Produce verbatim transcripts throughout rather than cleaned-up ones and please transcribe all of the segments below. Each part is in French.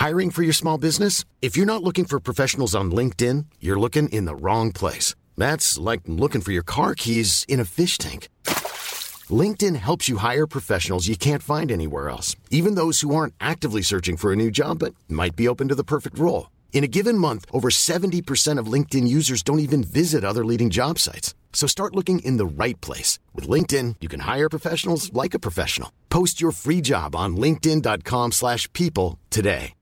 Hiring for your small business? If you're not looking for professionals on LinkedIn, you're looking in the wrong place. That's like looking for your car keys in a fish tank. LinkedIn helps you hire professionals you can't find anywhere else, even those who aren't actively searching for a new job but might be open to the perfect role. In a given month, over seventy percent of LinkedIn users don't even visit other leading job sites. So start looking in the right place. With LinkedIn, you can hire professionals like a professional. Post your free job on linkedin.com slash people today.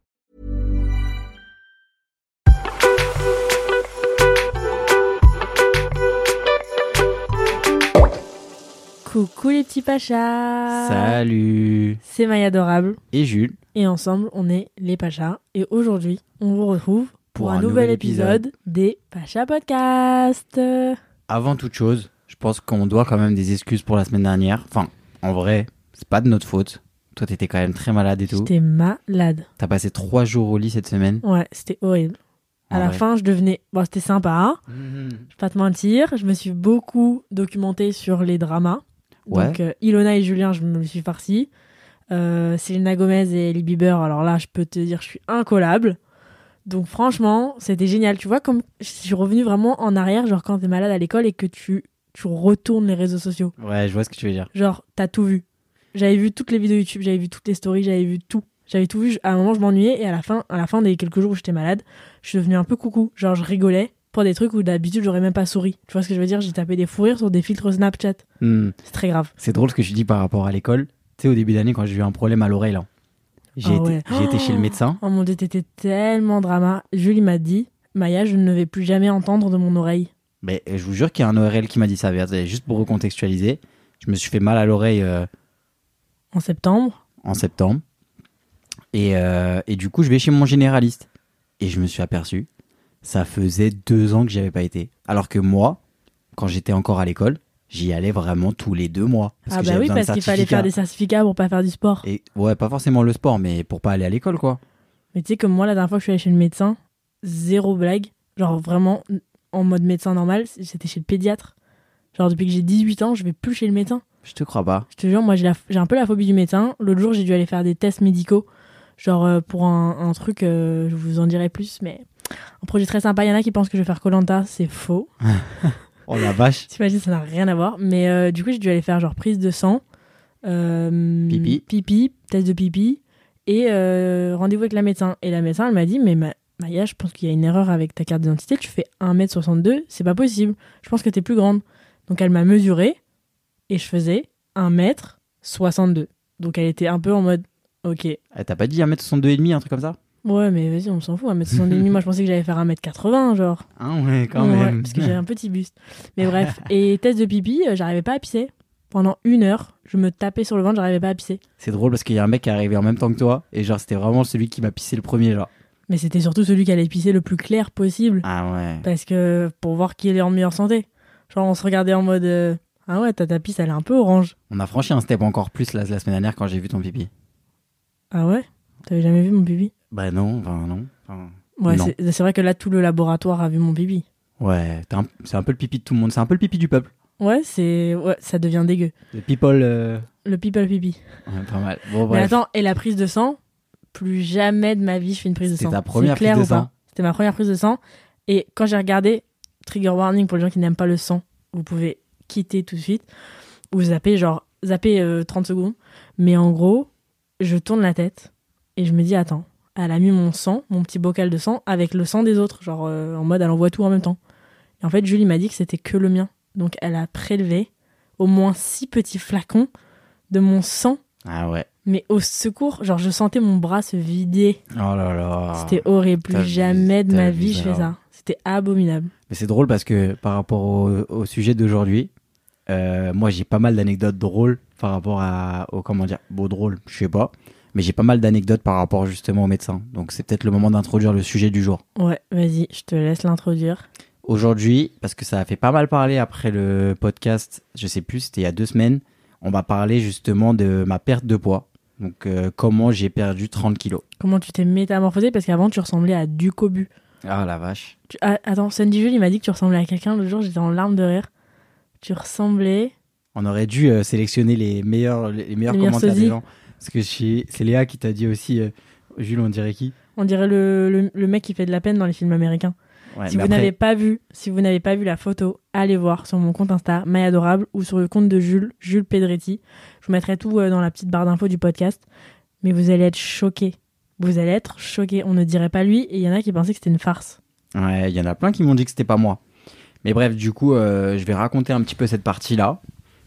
Coucou les petits pachas. Salut. C'est Maya Adorable. Et Jules. Et ensemble, on est les Pachas. Et aujourd'hui, on vous retrouve pour, pour un, un nouvel, nouvel épisode, épisode des Pachas Podcast. Avant toute chose, je pense qu'on doit quand même des excuses pour la semaine dernière. Enfin, en vrai, c'est pas de notre faute. Toi, t'étais quand même très malade et tout. J'étais malade. T'as passé trois jours au lit cette semaine. Ouais, c'était horrible. En à la vrai. fin, je devenais... Bon, c'était sympa, hein mmh. Je vais pas te mentir. Je me suis beaucoup documentée sur les dramas. Ouais. Donc, euh, Ilona et Julien, je me suis farcie. Euh, Selena Gomez et Hailey Bieber, alors là, je peux te dire, je suis incollable. Donc, franchement, c'était génial. Tu vois, comme je suis revenue vraiment en arrière, genre quand t'es malade à l'école et que tu, tu retournes les réseaux sociaux. Ouais, je vois ce que tu veux dire. Genre, t'as tout vu. J'avais vu toutes les vidéos YouTube, j'avais vu toutes les stories, j'avais vu tout. J'avais tout vu. À un moment, je m'ennuyais et à la fin, à la fin des quelques jours où j'étais malade, je suis devenue un peu coucou. Genre, je rigolais pour des trucs où d'habitude j'aurais même pas souri. Tu vois ce que je veux dire? J'ai tapé des fous rires sur des filtres Snapchat. Mm. C'est très grave. C'est drôle ce que je dis par rapport à l'école. Tu sais, au début d'année, quand j'ai eu un problème à l'oreille, là, j'ai, oh été, ouais. j'ai oh été chez le médecin. Oh mon Dieu, t'étais tellement drama. Julie m'a dit, Maya, je ne vais plus jamais entendre de mon oreille. Mais je vous jure qu'il y a un O R L qui m'a dit ça. Juste pour recontextualiser, je me suis fait mal à l'oreille euh, en septembre. En septembre. Et, euh, et du coup, je vais chez mon généraliste. Et je me suis aperçu, ça faisait deux ans que j'y avais pas été. Alors que moi, quand j'étais encore à l'école, j'y allais vraiment tous les deux mois. Parce ah bah oui, parce qu'il fallait faire des certificats pour pas faire du sport. Et ouais, pas forcément le sport, mais pour pas aller à l'école, quoi. Mais tu sais, comme moi, la dernière fois que je suis allée chez le médecin, zéro blague. Genre vraiment, en mode médecin normal, c'était chez le pédiatre. Genre depuis que j'ai dix-huit ans, je vais plus chez le médecin. Je te crois pas. Je te jure, moi j'ai, la, j'ai un peu la phobie du médecin. L'autre jour, j'ai dû aller faire des tests médicaux. Genre euh, pour un, un truc, euh, je vous en dirai plus, mais un projet très sympa. Il y en a qui pensent que je vais faire Koh-Lanta, c'est faux. Oh la vache. T'imagines, ça n'a rien à voir. Mais euh, du coup, j'ai dû aller faire genre prise de sang, euh, pipi, pipi, test de pipi et euh, rendez-vous avec la médecin. Et la médecin, elle m'a dit, mais ma- Maya, je pense qu'il y a une erreur avec ta carte d'identité. Tu fais un mètre soixante-deux, c'est pas possible. Je pense que t'es plus grande. Donc elle m'a mesuré et je faisais un mètre soixante-deux. Donc elle était un peu en mode, ok. Elle t'a pas dit un mètre soixante-deux et demi, un truc comme ça? Ouais, mais vas-y, on s'en fout. un mètre soixante-deux et demi, moi je pensais que j'allais faire un mètre quatre-vingts, genre. Ah ouais, quand ouais, même. Parce que j'ai un petit buste. Mais bref. Et test de pipi, euh, j'arrivais pas à pisser. Pendant une heure, je me tapais sur le ventre, j'arrivais pas à pisser. C'est drôle parce qu'il y a un mec qui est arrivé en même temps que toi. Et genre, c'était vraiment celui qui m'a pissé le premier, genre. Mais c'était surtout celui qui allait pisser le plus clair possible. Ah ouais. Parce que pour voir qui est en meilleure santé. Genre, on se regardait en mode euh, ah ouais, ta, ta pisse, elle est un peu orange. On a franchi un step encore plus la, la semaine dernière quand j'ai vu ton pipi. Ah ouais? T'avais jamais vu mon pipi? Bah non, enfin non. Enfin, ouais, non. C'est, c'est vrai que là, tout le laboratoire a vu mon pipi. Ouais, t'es un, c'est un peu le pipi de tout le monde. C'est un peu le pipi du peuple. Ouais, c'est, ouais, ça devient dégueu. Le people. Euh... Le people pipi. Ouais, pas mal. Bon, bref. Mais attends, et la prise de sang? Plus jamais de ma vie je fais une prise C'était de sang. C'était ta première c'est clair prise de ou sang? Pas C'était ma première prise de sang. Et quand j'ai regardé, trigger warning pour les gens qui n'aiment pas le sang, vous pouvez quitter tout de suite. Ou zapper, genre, zapper euh, trente secondes. Mais en gros, je tourne la tête et je me dis, attends, elle a mis mon sang, mon petit bocal de sang, avec le sang des autres. Genre, euh, en mode, elle envoie tout en même temps. Et en fait, Julie m'a dit que c'était que le mien. Donc, elle a prélevé au moins six petits flacons de mon sang. Ah ouais. Mais au secours, genre, je sentais mon bras se vider. Oh là là. C'était horrible. Plus T'as jamais vu, de ma vu vie ça. je fais ça. C'était abominable. Mais c'est drôle parce que par rapport au, au sujet d'aujourd'hui, euh, moi j'ai pas mal d'anecdotes drôles par rapport à, au comment dire, beau drôle, je sais pas. Mais j'ai pas mal d'anecdotes par rapport justement au médecin. Donc c'est peut-être le moment d'introduire le sujet du jour. Ouais, vas-y, je te laisse l'introduire. Aujourd'hui, parce que ça a fait pas mal parler après le podcast, je sais plus, c'était il y a deux semaines, on va parler justement de ma perte de poids. Donc euh, comment j'ai perdu trente kilos. Comment tu t'es métamorphosé? Parce qu'avant tu ressemblais à du cobu. Ah la vache. Tu... Ah, attends, Sandy Jules il m'a dit que tu ressemblais à quelqu'un. L'autre jour j'étais en larmes de rire. Tu ressemblais... On aurait dû euh, sélectionner les meilleurs, les meilleurs les commentaires sosies. des gens. Parce que je suis... c'est Léa qui t'a dit aussi... Euh... Jules, on dirait qui? On dirait le, le, le mec qui fait de la peine dans les films américains. Ouais, si mais vous après- n'avez pas vu, si vous n'avez pas vu la photo, allez voir sur mon compte Insta, myadorable, ou sur le compte de Jules, Jules Pedretti. Je vous mettrai tout euh, dans la petite barre d'infos du podcast. Mais vous allez être choqués. Vous allez être choqués. On ne dirait pas lui, et il y en a qui pensaient que c'était une farce. Ouais, il y en a plein qui m'ont dit que c'était pas moi. Mais bref, du coup, euh, je vais raconter un petit peu cette partie-là.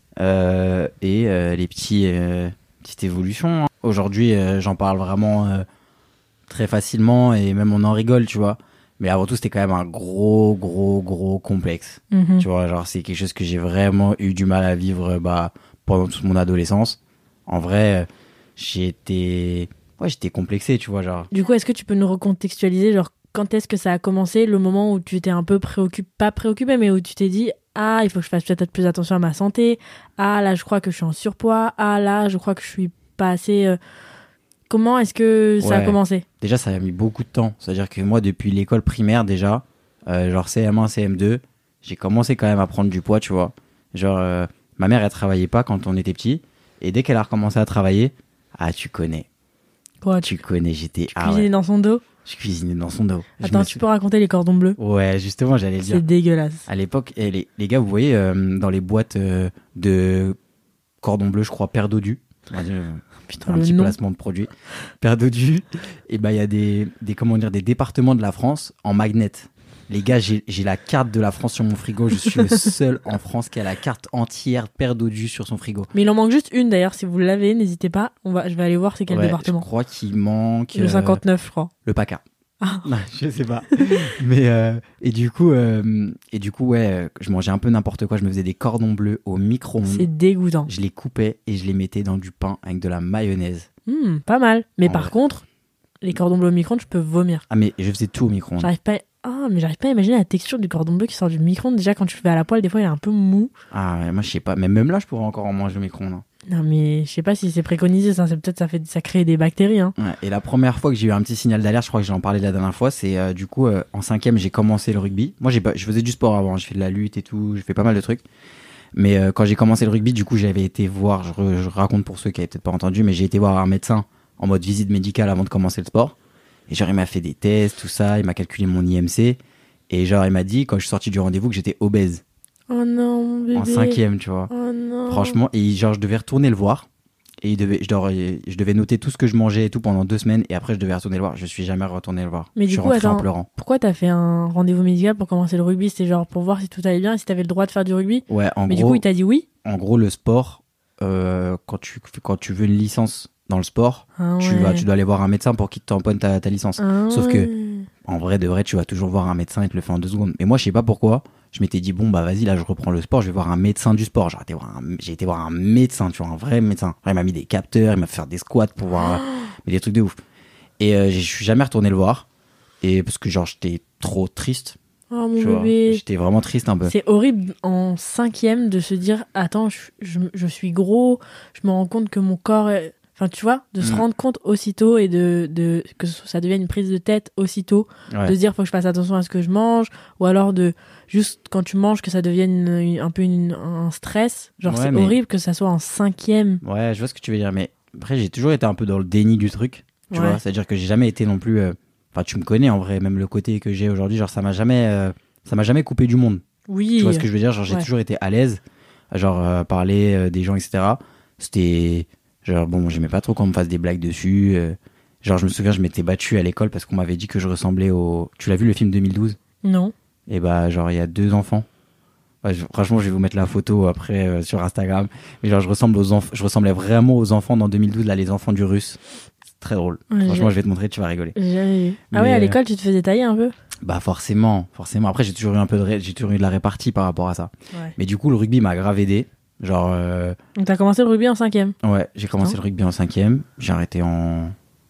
Euh, et euh, les petits, euh, petites évolutions. hein. Aujourd'hui, euh, j'en parle vraiment euh, très facilement et même on en rigole, tu vois. Mais avant tout, c'était quand même un gros, gros, gros complexe. Mhm. Tu vois, genre, c'est quelque chose que j'ai vraiment eu du mal à vivre bah, pendant toute mon adolescence. En vrai, euh, j'ai été... Ouais, j'étais complexé, tu vois, genre... Du coup, est-ce que tu peux nous recontextualiser, genre, quand est-ce que ça a commencé, le moment où tu étais un peu préoccupé, pas préoccupé, mais où tu t'es dit, ah, il faut que je fasse peut-être plus attention à ma santé, ah, là, je crois que je suis en surpoids, ah, là, je crois que je suis pas assez... euh, Comment est-ce que ça a Ouais. commencé? Déjà, ça a mis beaucoup de temps. C'est-à-dire que moi, depuis l'école primaire, déjà, euh, genre C M un, C M deux, j'ai commencé quand même à prendre du poids, tu vois. Genre, euh, ma mère, elle travaillait pas quand on était petit. Et dès qu'elle a recommencé à travailler, ah, tu connais. Quoi, tu Tu connais, j'étais... tu Ah cuisinais ouais, dans son dos? je cuisinais dans son dos. Je Attends, me tu suis- peux raconter les cordons bleus? Ouais, justement, j'allais le dire. C'est dégueulasse. À l'époque, eh, les, les gars, vous voyez, euh, dans les boîtes euh, de cordon bleu, je crois, Père Dodu. On va dire, euh, Putain, un Le petit nom. placement de produit. Père Dodu. Et ben, il y a des, des, comment dire, des départements de la France en magnet. Les gars, j'ai j'ai la carte de la France sur mon frigo. Je suis le seul en France qui a la carte entière Père Dodu sur son frigo. Mais il en manque juste une d'ailleurs, si vous l'avez, n'hésitez pas. On va, je vais aller voir c'est quel Ouais, département. Je crois qu'il manque... Le euh, cinquante-neuf, je crois. Le PACA. Ah. Non, je sais pas. Mais euh, et du coup, euh, et du coup, ouais, euh, je mangeais un peu n'importe quoi. Je me faisais des cordons bleus au micro-ondes. C'est dégoûtant. Je les coupais et je les mettais dans du pain avec de la mayonnaise. Hmm, pas mal. Mais En par vrai. contre, les cordons bleus au micro-ondes, je peux vomir. Ah mais je faisais tout au micro-ondes. J'arrive pas. Ah, mais j'arrive pas à imaginer la texture du cordon bleu qui sort du micro-ondes. Déjà, quand tu le fais à la poêle, des fois, il est un peu mou. Ah ouais, moi je sais pas. Mais même là, je pourrais encore en manger au micro-ondes. hein. Non, mais je sais pas si c'est préconisé, ça. C'est peut-être ça fait ça crée des bactéries. Hein. Ouais, et la première fois que j'ai eu un petit signal d'alerte, je crois que j'en parlais la dernière fois, c'est euh, du coup euh, en cinquième, j'ai commencé le rugby. Moi, j'ai pas, je faisais du sport avant. Je fais de la lutte et tout. Je fais pas mal de trucs. Mais euh, quand j'ai commencé le rugby, du coup, j'avais été voir. Je, re- je raconte pour ceux qui avaient peut-être pas entendu, mais j'ai été voir un médecin en mode visite médicale avant de commencer le sport. Et genre, il m'a fait des tests, tout ça. Il m'a calculé mon I M C. Et genre, il m'a dit, quand je suis sorti du rendez-vous, que j'étais obèse. Oh non, mon bébé. En cinquième, tu vois. Oh non. Franchement, et genre, je devais retourner le voir. Et il devait, je, devais, je devais noter tout ce que je mangeais et tout pendant deux semaines. Et après, je devais retourner le voir. Je suis jamais retourné le voir. Mais je du suis coup, rentré en attends. pleurant. Pourquoi t'as fait un rendez-vous médical pour commencer le rugby? C'était genre pour voir si tout allait bien et si t'avais le droit de faire du rugby? Ouais, en Mais du gros, coup, il t'a dit oui? en gros, le sport, euh, quand, tu, quand tu veux une licence dans le sport, Ah tu, ouais. vas, tu dois aller voir un médecin pour qu'il te tamponne ta, ta licence. Ah Sauf ouais. que, en vrai, de vrai, tu vas toujours voir un médecin et te le fait en deux secondes. Mais moi, je sais pas pourquoi. Je m'étais dit, bon, bah vas-y, là, je reprends le sport, je vais voir un médecin du sport. J'ai été voir un, j'ai été voir un médecin, tu vois, un vrai médecin. Genre, il m'a mis des capteurs, il m'a fait faire des squats pour voir. Mais des trucs de ouf. Et euh, je suis jamais retourné le voir. Et parce que, genre, j'étais trop triste. Oh mon Tu vois. bébé. J'étais vraiment triste un peu. C'est horrible en cinquième de se dire attends, je, je, je suis gros, je me rends compte que mon corps est... Enfin, tu vois, de se Mm. rendre compte aussitôt et de, de que ça devienne une prise de tête aussitôt, Ouais. de se dire faut que je fasse attention à ce que je mange, ou alors de juste quand tu manges que ça devienne une- une- un peu une- un stress. Genre, Ouais, c'est mais- horrible que ça soit en cinquième. Ouais, je vois ce que tu veux dire, mais après, j'ai toujours été un peu dans le déni du truc, tu Ouais. vois. C'est-à-dire que j'ai jamais été non plus. euh, Enfin, tu me connais en vrai, même le côté que j'ai aujourd'hui, genre, ça m'a jamais, euh, ça m'a jamais coupé du monde. Oui. Tu vois ce que je veux dire? Genre, j'ai Ouais. toujours été à l'aise, genre, euh, parler euh, des gens, et cetera. C'était. Genre, bon, j'aimais pas trop qu'on me fasse des blagues dessus. euh, Genre, je me souviens, je m'étais battu à l'école parce qu'on m'avait dit que je ressemblais au. Tu l'as vu le film deux mille douze? Non. Et bah, genre, il y a deux enfants. Ouais, je- franchement, je vais vous mettre la photo après euh, sur Instagram. Mais genre, je ressemble aux enfants, je ressemblais vraiment aux enfants dans deux mille douze, là, les enfants du russe. C'est très drôle. Ouais, Franchement, j'ai- je vais te montrer, tu vas rigoler. J'ai jamais vu. Ah Mais, ouais, à euh, l'école, tu te faisais tailler un peu? Bah, forcément, forcément. Après, j'ai toujours eu un peu de, ré- j'ai toujours eu de la répartie par rapport à ça. Ouais. Mais du coup, le rugby m'a grave aidé. Genre, euh, Donc t'as commencé le rugby en cinquième? ouais, j'ai commencé Putain. le rugby en cinquième. J'ai arrêté en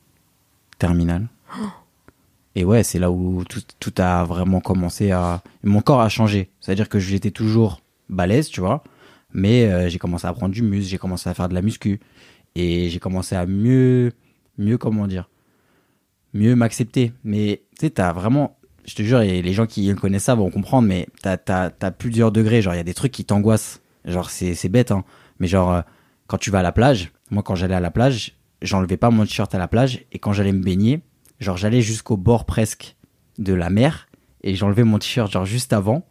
terminale. Et ouais, c'est là où tout, tout a vraiment commencé à... Mon corps a changé. C'est-à-dire que j'étais toujours balèze, tu vois. Mais euh, j'ai commencé à prendre du muscle, j'ai commencé à faire de la muscu. Et j'ai commencé à mieux... Mieux, comment dire Mieux m'accepter. Mais tu sais, t'as vraiment... Je te jure, et les gens qui connaissent ça vont comprendre, mais t'as, t'as, t'as plusieurs degrés. Genre, il y a des trucs qui t'angoissent. Genre, c'est, c'est bête, hein. Mais genre, euh, quand tu vas à la plage... Moi, quand j'allais à la plage... j'enlevais pas mon t-shirt à la plage et quand j'allais me baigner, genre j'allais jusqu'au bord presque de la mer et j'enlevais mon t-shirt genre juste avant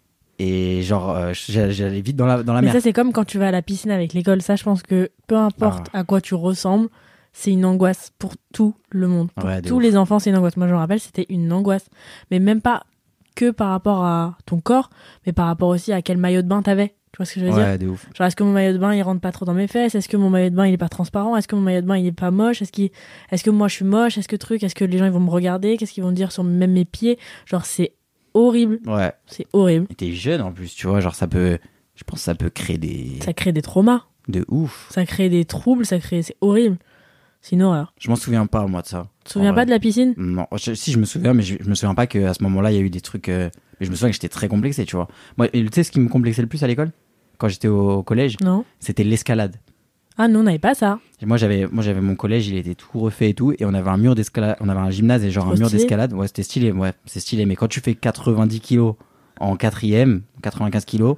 et genre euh, j'allais vite dans la, dans la Mais mer. ça, c'est comme quand tu vas à la piscine avec l'école. Ça, je pense que peu importe Ah. à quoi tu ressembles, c'est une angoisse pour tout le monde. Pour Ouais, de tous ouf. les enfants, c'est une angoisse. Moi, je me rappelle, c'était une angoisse. Mais même pas que par rapport à ton corps, mais par rapport aussi à quel maillot de bain t'avais. Tu vois ce que je veux dire? Ouais, de ouf. Genre, est-ce que mon maillot de bain, il rentre pas trop dans mes fesses? Est-ce que mon maillot de bain, il est pas transparent? Est-ce que mon maillot de bain, il est pas moche? Est-ce qu'il... est-ce que moi, je suis moche? Est-ce que truc? Est-ce que les gens, ils vont me regarder? Qu'est-ce qu'ils vont dire sur même mes pieds? Genre, c'est horrible. Ouais. C'est horrible. Et t'es jeune en plus, tu vois, genre ça peut, je pense que ça peut créer des, Ça crée des traumas. de ouf. Ça crée des troubles. Ça crée... C'est horrible. C'est une horreur. Je m'en souviens pas moi de ça. Tu te souviens En pas vrai. de la piscine? Non, je- si je me souviens, mais je, je me souviens pas qu'à ce moment-là il y a eu des trucs. euh, Mais je me souviens que j'étais très complexé, tu vois. Moi, et tu sais ce qui me complexait le plus à l'école, quand j'étais au collège, Non. c'était l'escalade. Ah non, on n'avait pas ça. Et moi j'avais, moi j'avais mon collège, il était tout refait et tout, et on avait un mur d'escalade, on avait un gymnase et genre Trop un mur stylé. d'escalade. Ouais, c'était stylé, ouais, c'est stylé. Mais quand tu fais quatre-vingt-dix kilos en quatrième, quatre-vingt-quinze kilos,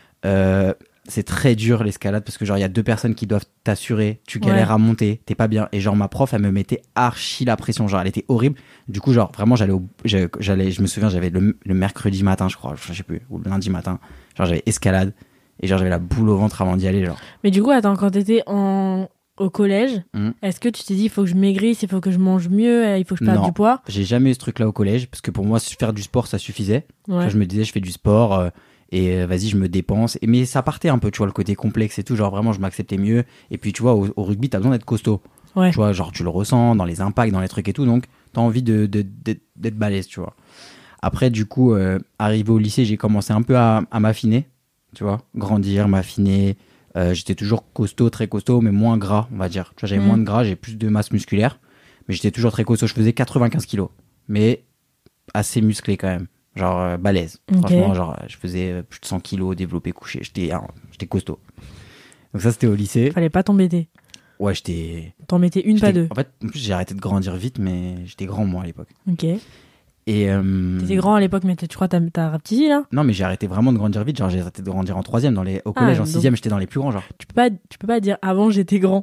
euh, c'est très dur l'escalade parce que genre il y a deux personnes qui doivent t'assurer, tu galères Ouais. à monter, t'es pas bien. Et genre ma prof, elle me mettait archi la pression, genre elle était horrible. Du coup genre vraiment j'allais, au, j'allais, j'allais- je me souviens j'avais le, le mercredi matin, je crois, je sais plus, ou le lundi matin, genre j'avais escalade et genre j'avais la boule au ventre avant d'y aller, genre. Mais du coup, attends, quand t'étais en... au collège, Mhm. est-ce que tu t'es dit, il faut que je maigrisse, il faut que je mange mieux, euh, il faut que je perde Non. du poids? J'ai jamais eu ce truc là au collège parce que pour moi faire du sport ça suffisait. Ouais. Genre, je me disais, je fais du sport euh, et euh, vas-y, je me dépense. Et, mais ça partait un peu, tu vois, le côté complexe et tout. Genre, vraiment, je m'acceptais mieux. Et puis, tu vois, au, au rugby, t'as besoin d'être costaud. Ouais. Tu vois, genre, tu le ressens dans les impacts, dans les trucs et tout. Donc, t'as envie de, de, de- d'être balèze, tu vois. Après, du coup, euh, arrivé au lycée, j'ai commencé un peu à, à m'affiner, tu vois, grandir, m'affiner. Euh, j'étais toujours costaud, très costaud, mais moins gras, on va dire. Tu vois, j'avais Mm. moins de gras, j'ai plus de masse musculaire. Mais j'étais toujours très costaud. Je faisais quatre-vingt-quinze kilos. Mais assez musclé quand même. Genre euh, balèze. Ok. Franchement, genre, euh, je faisais euh, plus de cent kilos développé couché. J'étais, euh, j'étais costaud. Donc ça, c'était au lycée. Fallait pas t'embêter. Ouais, j'étais. T'en mettais une, pas j'étais- deux. En fait, en plus, j'ai arrêté de grandir vite, mais j'étais grand, moi, à l'époque. Ok. Et. euh, T'étais grand à l'époque, mais t'es- tu crois que t'as, t'as rapetissé, là? Non, mais j'ai arrêté vraiment de grandir vite. Genre, j'ai arrêté de grandir en troisième. Dans les... Au collège, Ah, en donc- sixième, j'étais dans les plus grands, genre. Tu peux pas, tu peux pas dire avant j'étais grand.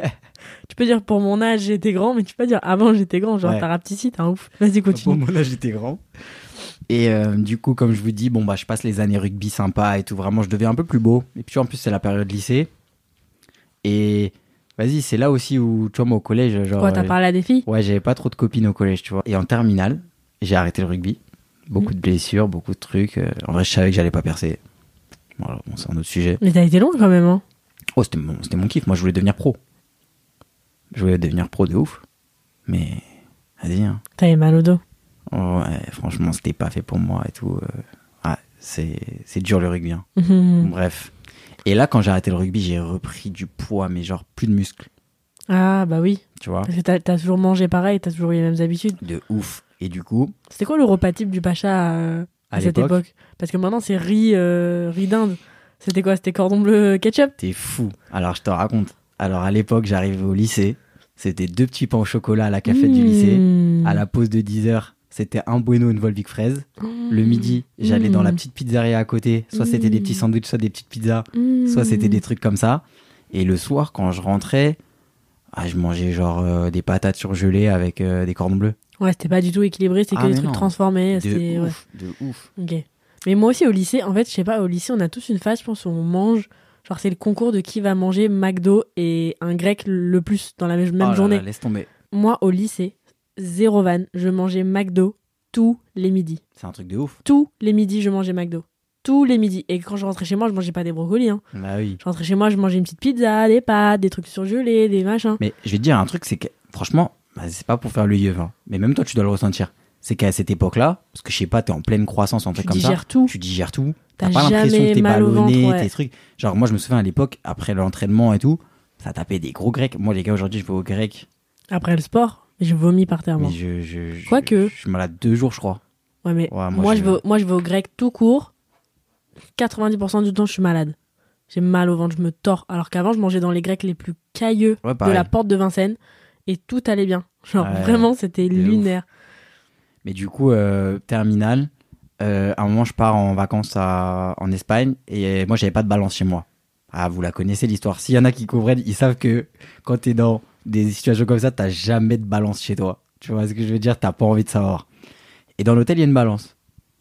Tu peux dire pour mon âge j'étais grand, mais tu peux pas dire avant j'étais grand. Genre, Ouais. t'as rapetissé, t'es un ouf. Vas-y, Pour continue. mon âge, j'étais grand. Et euh, du coup, comme je vous dis, bon, bah, je passe les années rugby sympa et tout. Vraiment, je deviens un peu plus beau. Et puis, en plus, c'est la période lycée. Et vas-y, c'est là aussi où, tu vois, moi, au collège, genre. Quoi, t'as euh, parlé à des filles? Ouais, j'avais pas trop de copines au collège, tu vois. Et en terminale, j'ai arrêté le rugby. Beaucoup Mhm. de blessures, beaucoup de trucs. Euh, En vrai, je savais que j'allais pas percer. Voilà, bon, c'est un autre sujet. Mais t'as été long quand même, hein. Oh, c'était mon, c'était mon kiff. Moi, je voulais devenir pro. Je voulais devenir pro de ouf. Mais, vas-y, hein. T'avais mal au dos. Oh, ouais, franchement, c'était pas fait pour moi et tout. euh. Ouais, c'est, c'est dur le rugby. Hein. Mhm. Bref. Et là, quand j'ai arrêté le rugby, j'ai repris du poids, mais genre plus de muscles. Ah, bah oui. Tu vois, Parce que t'as, t'as toujours mangé pareil, t'as toujours eu les mêmes habitudes. de ouf. Et du coup, C'était quoi le repas type du Pacha euh, à, à cette l'époque, époque? Parce que maintenant, c'est riz, euh, riz d'Inde. C'était quoi? C'était cordon bleu ketchup? t'es fou. Alors, je te raconte. Alors, à l'époque, j'arrivais au lycée. C'était deux petits pains au chocolat à la cafette du lycée. Mmh. À la pause de dix heures, c'était un bueno, une Volvic fraise. Le midi, j'allais Mmh. dans la petite pizzeria à côté. Soit c'était des petits Mmh. sandwichs, soit des petites pizzas. Mmh. Soit c'était des trucs comme ça. Et le soir, quand je rentrais, ah, je mangeais genre euh, des patates surgelées avec euh, des cordons bleus. Ouais, c'était pas du tout équilibré, c'était Ah, que des mais trucs non. transformés. De c'était- ouais. ouf, de ouf. Ok. Mais moi aussi au lycée, en fait, je sais pas, au lycée, on a tous une phase, je pense, où on mange. Genre, c'est le concours de qui va manger McDo et un grec le plus dans la même Oh là journée. là, laisse tomber. Moi, au lycée, zéro van, je mangeais McDo tous les midis. C'est un truc de ouf. Tous les midis, je mangeais McDo. Tous les midis. Et quand je rentrais chez moi, je mangeais pas des brocolis. Hein. Bah oui. Je rentrais chez moi, je mangeais une petite pizza, des pâtes, des trucs surgelés, des machins. Mais je vais te dire un truc, c'est que franchement, bah, c'est pas pour faire le yeux, hein, mais même toi, tu dois le ressentir. C'est qu'à cette époque-là, parce que je sais pas, t'es en pleine croissance, un Tu truc comme ça. digères tout. Tu digères tout. T'as T'as pas l'impression jamais que t'es mal au ballonné, ventre, ouais. tes trucs. Genre, moi, je me souviens à l'époque, après l'entraînement et tout, ça tapait des gros grecs. Moi, les gars, aujourd'hui, je vais au grec. Après le sport, je vomis par terre, moi. Mais je, je, je, Quoique. je suis malade deux jours, je crois. Ouais, mais Ouais, moi, moi, j'ai- je vais, au- moi, je vais au grec tout court. quatre-vingt-dix pour cent du temps, je suis malade. J'ai mal au ventre, je me tords. Alors qu'avant, je mangeais dans les grecs les plus cailleux Ouais, de pareil. la porte de Vincennes et tout allait bien. Genre, Ouais, vraiment, c'était de lunaire. Mais du coup, euh, terminale, euh, à un moment, je pars en vacances à- en Espagne et moi, j'avais pas de balance chez moi. Ah, vous la connaissez l'histoire. S'il y en a qui comprennent, ils savent que quand t'es dans des situations comme ça, t'as jamais de balance chez toi. Tu vois ce que je veux dire? T'as pas envie de savoir. Et dans l'hôtel, il y a une balance.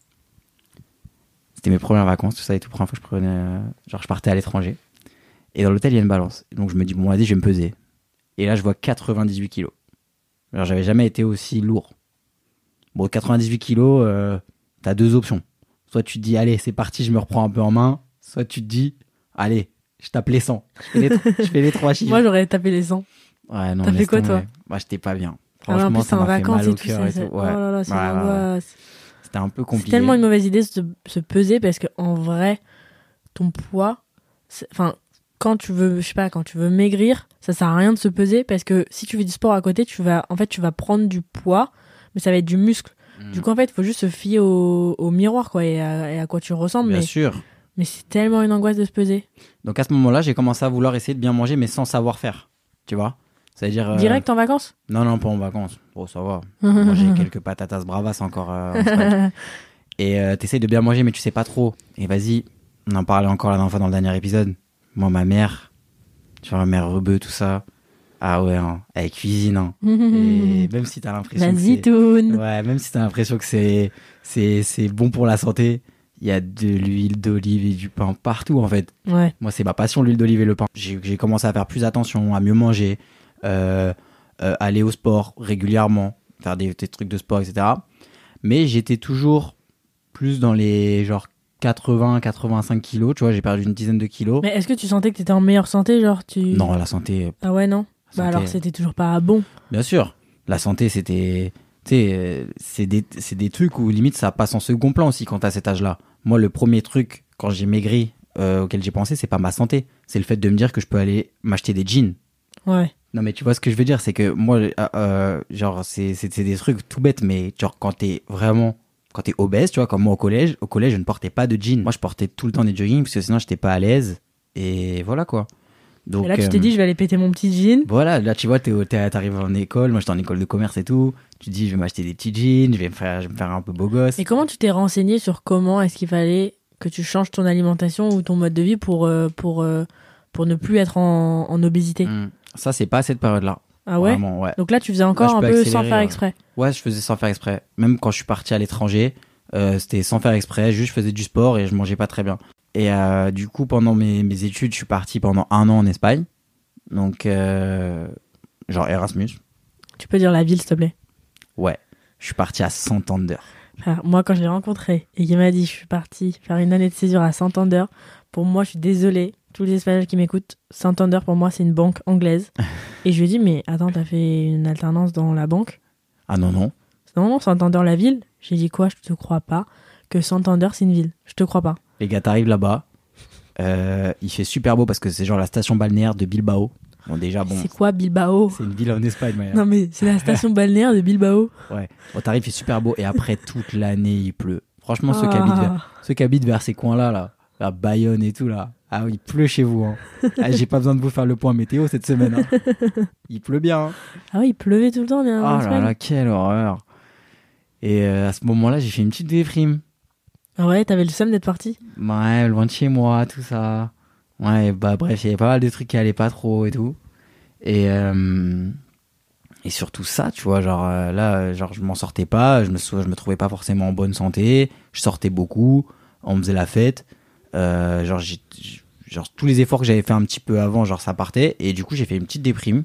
C'était mes premières vacances, tout ça et tout. Première fois que je prenais, euh, genre je partais à l'étranger. Et dans l'hôtel, il y a une balance. Et donc je me dis, bon, vas-y, je vais me peser. Et là, je vois quatre-vingt-dix-huit kilos. Alors, j'avais jamais été aussi lourd. Bon, quatre-vingt-dix-huit kilos, euh, t'as deux options. Soit tu te dis, allez, c'est parti, je me reprends un peu en main. Soit tu te dis, allez, je tape les cent. Je fais les, je fais les trois chiffres. Moi, j'aurais tapé les cent. Ouais, non, T'as fait quoi, toi? Moi, j'étais pas bien. Ah ouais, en Franchement, plus, ça c'est en m'a fait vacances mal et au tout. cœur ça, et c'est- tout. Oh Ouais. là là, c'est Ouais, ouais, ouais. l'angoisse. C'était un peu C'est compliqué. tellement une mauvaise idée de se, se peser parce qu'en vrai, ton poids, c'est- enfin, quand tu veux, je sais pas, quand tu veux maigrir, ça sert à rien de se peser parce que si tu fais du sport à côté, tu vas, en fait, tu vas prendre du poids, mais ça va être du muscle. Mm. Du coup, en fait, il faut juste se fier au, au miroir, quoi, et à, et à quoi tu ressembles. Bien Mais, sûr. mais c'est tellement une angoisse de se peser. Donc à ce moment-là, j'ai commencé à vouloir essayer de bien manger, mais sans savoir faire. Tu vois? C'est-à-dire. euh, Direct en vacances? Non, non, pas en vacances. Bon, ça va. Manger quelques patatas bravas encore euh, en Espagne. Et euh, t'essayes de bien manger, mais tu sais pas trop. Et vas-y, on en parlait encore la dernière fois dans le dernier épisode. Moi, ma mère, tu vois, ma mère rebeu, tout ça. Ah ouais, hein, elle cuisine. Hein. Et même si t'as l'impression La que c'est... zitoune. Ouais, même si t'as l'impression que c'est, c'est, c'est bon pour la santé, il y a de l'huile d'olive et du pain partout, en fait. Ouais. Moi, c'est ma passion, l'huile d'olive et le pain. J'ai, j'ai commencé à faire plus attention, à mieux manger, euh, euh, aller au sport régulièrement, faire des, des trucs de sport, et cetera. Mais j'étais toujours plus dans les genre quatre-vingts à quatre-vingt-cinq kilos, tu vois, j'ai perdu une dizaine de kilos. Mais est-ce que tu sentais que t'étais en meilleure santé, genre tu... Non, la santé, Ah ouais, non? Bah santé- alors c'était toujours pas bon. bien sûr, la santé, c'était... Tu sais, euh, c'est des, c'est des trucs où limite ça passe en second plan aussi quand t'as cet âge-là. Moi, le premier truc, quand j'ai maigri, euh, auquel j'ai pensé, c'est pas ma santé. C'est le fait de me dire que je peux aller m'acheter des jeans. Ouais. Non, mais tu vois ce que je veux dire, c'est que moi, euh, euh, genre, c'est, c'est, c'est des trucs tout bêtes, mais genre, quand t'es vraiment, quand t'es obèse, tu vois, comme moi au collège, au collège, je ne portais pas de jeans. Moi, je portais tout le temps des joggings, parce que sinon, j'étais pas à l'aise. Et voilà, quoi. Donc, Et là, tu t'es euh, dit, je vais aller péter mon petit jean. voilà, là, tu vois, t'es, au- t'es, t'arrives en école, moi, j'étais en école de commerce et tout. Tu te dis, je vais m'acheter des petits jeans, je vais me faire, je vais me faire un peu beau gosse. Et comment tu t'es renseigné sur comment est-ce qu'il fallait que tu changes ton alimentation ou ton mode de vie pour, euh, pour, euh, pour ne plus être en, en obésité? Hum, Ça, c'est pas à cette période-là. Ah ouais? Vraiment, ouais. Donc là, tu faisais encore Là, je un peux peu sans accélérer, faire ouais. exprès. Ouais, je faisais sans faire exprès. Même quand je suis parti à l'étranger, euh, c'était sans faire exprès. Juste, je faisais du sport et je mangeais pas très bien. Et euh, du coup, pendant mes, mes études, je suis parti pendant un an en Espagne. Donc, euh, genre Erasmus. Tu peux dire la ville, s'il te plaît? Ouais. Je suis parti à Santander. Frère, moi, quand je l'ai rencontré et qu'il m'a dit je suis partie faire une année de césure à Santander, pour moi, je suis désolée, tous les Espagnols qui m'écoutent, Santander, pour moi, c'est une banque anglaise. Et je lui ai dit, mais attends, t'as fait une alternance dans la banque? Ah non, non. Non, non, Santander, la ville. J'ai dit quoi? Je te crois pas que Santander, c'est une ville. Je te crois pas. Les gars, t'arrives là-bas. Euh, il fait super beau parce que c'est genre la station balnéaire de Bilbao. Bon, déjà, bon. C'est quoi Bilbao? C'est une ville en Espagne, Maya. Non, mais c'est la station balnéaire de Bilbao. Ouais. Bon, t'arrives, il fait super beau. Et après, toute l'année, il pleut. Franchement, ceux, Ah. qui habitent vers, ceux qui habitent vers ces coins-là, là, à Bayonne et tout, là. Ah oui, il pleut chez vous. Hein. Ah, j'ai pas besoin de vous faire le point météo cette semaine. Hein. Il pleut bien. Hein. Ah oui, il pleuvait tout le temps. Bien, Oh là là, quelle horreur. Et euh, à ce moment-là, j'ai fait une petite déprime. Ah ouais, t'avais le seum d'être parti? Ouais, loin de chez moi, tout ça. Ouais, bah bref, il y avait pas mal de trucs qui allaient pas trop et tout. Et, euh, et surtout ça, tu vois, genre euh, là, genre je m'en sortais pas, je me, sou- je me trouvais pas forcément en bonne santé, je sortais beaucoup, on faisait la fête. Euh, genre, j'ai, genre tous les efforts que j'avais fait un petit peu avant, genre ça partait. Et du coup, j'ai fait une petite déprime.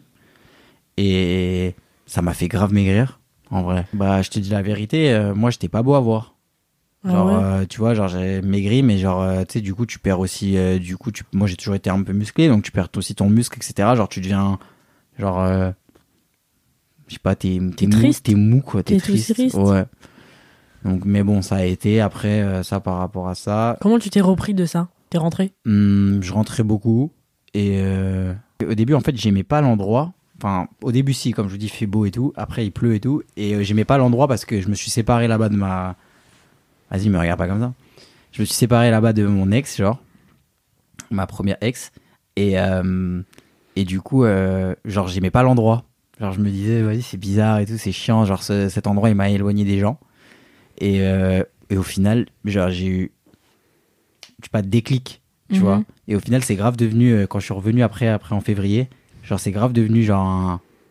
Et ça m'a fait grave maigrir, en vrai. Bah, je te dis la vérité, euh, moi, j'étais pas beau à voir. Genre, Ah ouais. euh, tu vois, genre j'ai maigri, mais genre, euh, tu sais, du coup, tu perds aussi, euh, du coup, tu, moi j'ai toujours été un peu musclé, donc tu perds aussi ton muscle, et cetera. Genre, tu deviens, genre, euh, je sais pas, t'es, t'es, T'es mou, triste. t'es mou, quoi, t'es, T'es tout triste. triste. Ouais. Donc, mais bon, ça a été, après, euh, ça par rapport à ça, Comment tu t'es repris de ça? T'es rentré? hum, je rentrais beaucoup, et euh, au début, en fait, j'aimais pas l'endroit. Enfin, au début, si, comme je vous dis, il fait beau et tout, après, il pleut et tout, et euh, j'aimais pas l'endroit parce que je me suis séparé là-bas de ma. Vas-y, me regarde pas comme ça. Je me suis séparé là-bas de mon ex, genre. Ma première ex. Et, euh, et du coup, euh, genre, j'aimais pas l'endroit. Genre, je me disais, vas-y, c'est bizarre et tout, c'est chiant. Genre, ce- cet endroit, il m'a éloigné des gens. Et, euh, et au final, genre, j'ai eu, je sais pas, déclic, tu Mhm. vois. Et au final, c'est grave devenu, euh, quand je suis revenu après, après en février, genre, c'est grave devenu, genre, un,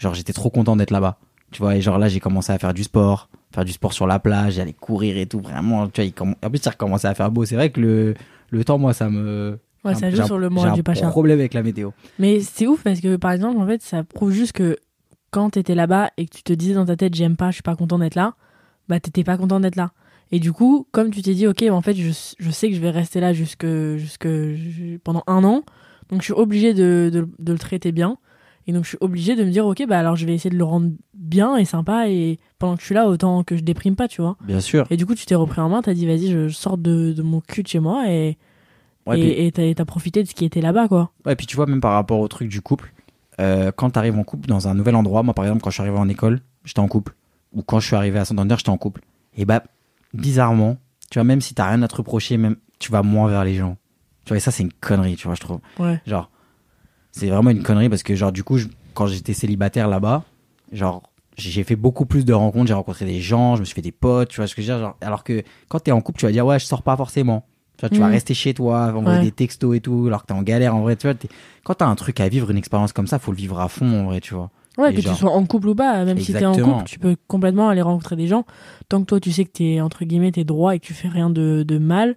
genre j'étais trop content d'être là-bas. Tu vois, et genre là, j'ai commencé à faire du sport, faire du sport sur la plage, j'allais courir et tout, vraiment. Tu vois, il comm... en plus, ça recommençait à faire beau. C'est vrai que le, le temps, moi, ça me. Ouais, ça j'ai joue un... sur le moral du Pacha. J'ai un problème avec la météo. Mais c'est ouf parce que, par exemple, en fait, ça prouve juste que quand t'étais là-bas et que tu te disais dans ta tête, j'aime pas, je suis pas content d'être là, bah, t'étais pas content d'être là. Et du coup, comme tu t'es dit, ok, en fait, je, je sais que je vais rester là jusque, jusque, pendant un an, donc je suis obligée de, de, de le traiter bien. Et donc, je suis obligée de me dire, ok, bah alors je vais essayer de le rendre bien et sympa. Et pendant que je suis là, autant que je déprime pas, tu vois. Bien sûr. Et du coup, tu t'es repris en main, t'as dit, vas-y, je sors de, de mon cul de chez moi et, ouais, et, puis... et t'as, t'as profité de ce qui était là-bas, quoi. Ouais, et puis tu vois, même par rapport au truc du couple, euh, quand t'arrives en couple dans un nouvel endroit, moi par exemple, quand je suis arrivé en école, j'étais en couple. Ou quand je suis arrivé à Santander, j'étais en couple. Et bah, bizarrement, tu vois, même si t'as rien à te reprocher, même, tu vas moins vers les gens. Tu vois, et ça, c'est une connerie, tu vois, je trouve. Ouais. Genre, c'est vraiment une connerie parce que, genre, du coup, je, quand j'étais célibataire là-bas, genre, j'ai fait beaucoup plus de rencontres, j'ai rencontré des gens, je me suis fait des potes, tu vois ce que je veux dire, genre, alors que quand t'es en couple, tu vas dire, ouais, je sors pas forcément. Tu vois, tu mmh. vas rester chez toi, envoyer ouais. des textos et tout, alors que t'es en galère, en vrai, tu vois. T'es... Quand t'as un truc à vivre, une expérience comme ça, faut le vivre à fond, en vrai, tu vois. Ouais, et que genre... tu sois en couple ou pas, même Exactement. Si t'es en couple, tu peux complètement aller rencontrer des gens. Tant que toi, tu sais que t'es, entre guillemets, t'es droit et que tu fais rien de, de mal,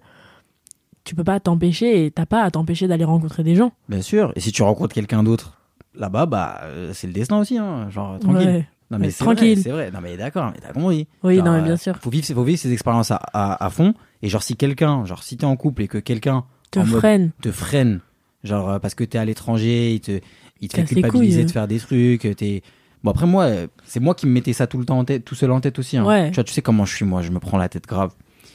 tu peux pas t'empêcher et t'as pas à t'empêcher d'aller rencontrer des gens. Bien sûr. Et si tu rencontres quelqu'un d'autre là-bas, bah, euh, c'est le destin aussi, hein. Genre, tranquille. Ouais. Non, mais ouais, c'est tranquille. vrai, c'est vrai. Non, mais d'accord, mais t'as compris. Oui, genre, non, mais bien sûr. Faut vivre, faut vivre ces expériences à, à, à fond. Et genre, si quelqu'un, genre, si t'es en couple et que quelqu'un te freine, te freine, genre, parce que t'es à l'étranger, il te, il te fait culpabiliser de faire des trucs, t'es. Bon, après, moi, c'est moi qui me mettais ça tout le temps en tête, tout seul en tête aussi. Hein. Ouais. Tu vois, tu sais comment je suis, moi, je me prends la tête grave.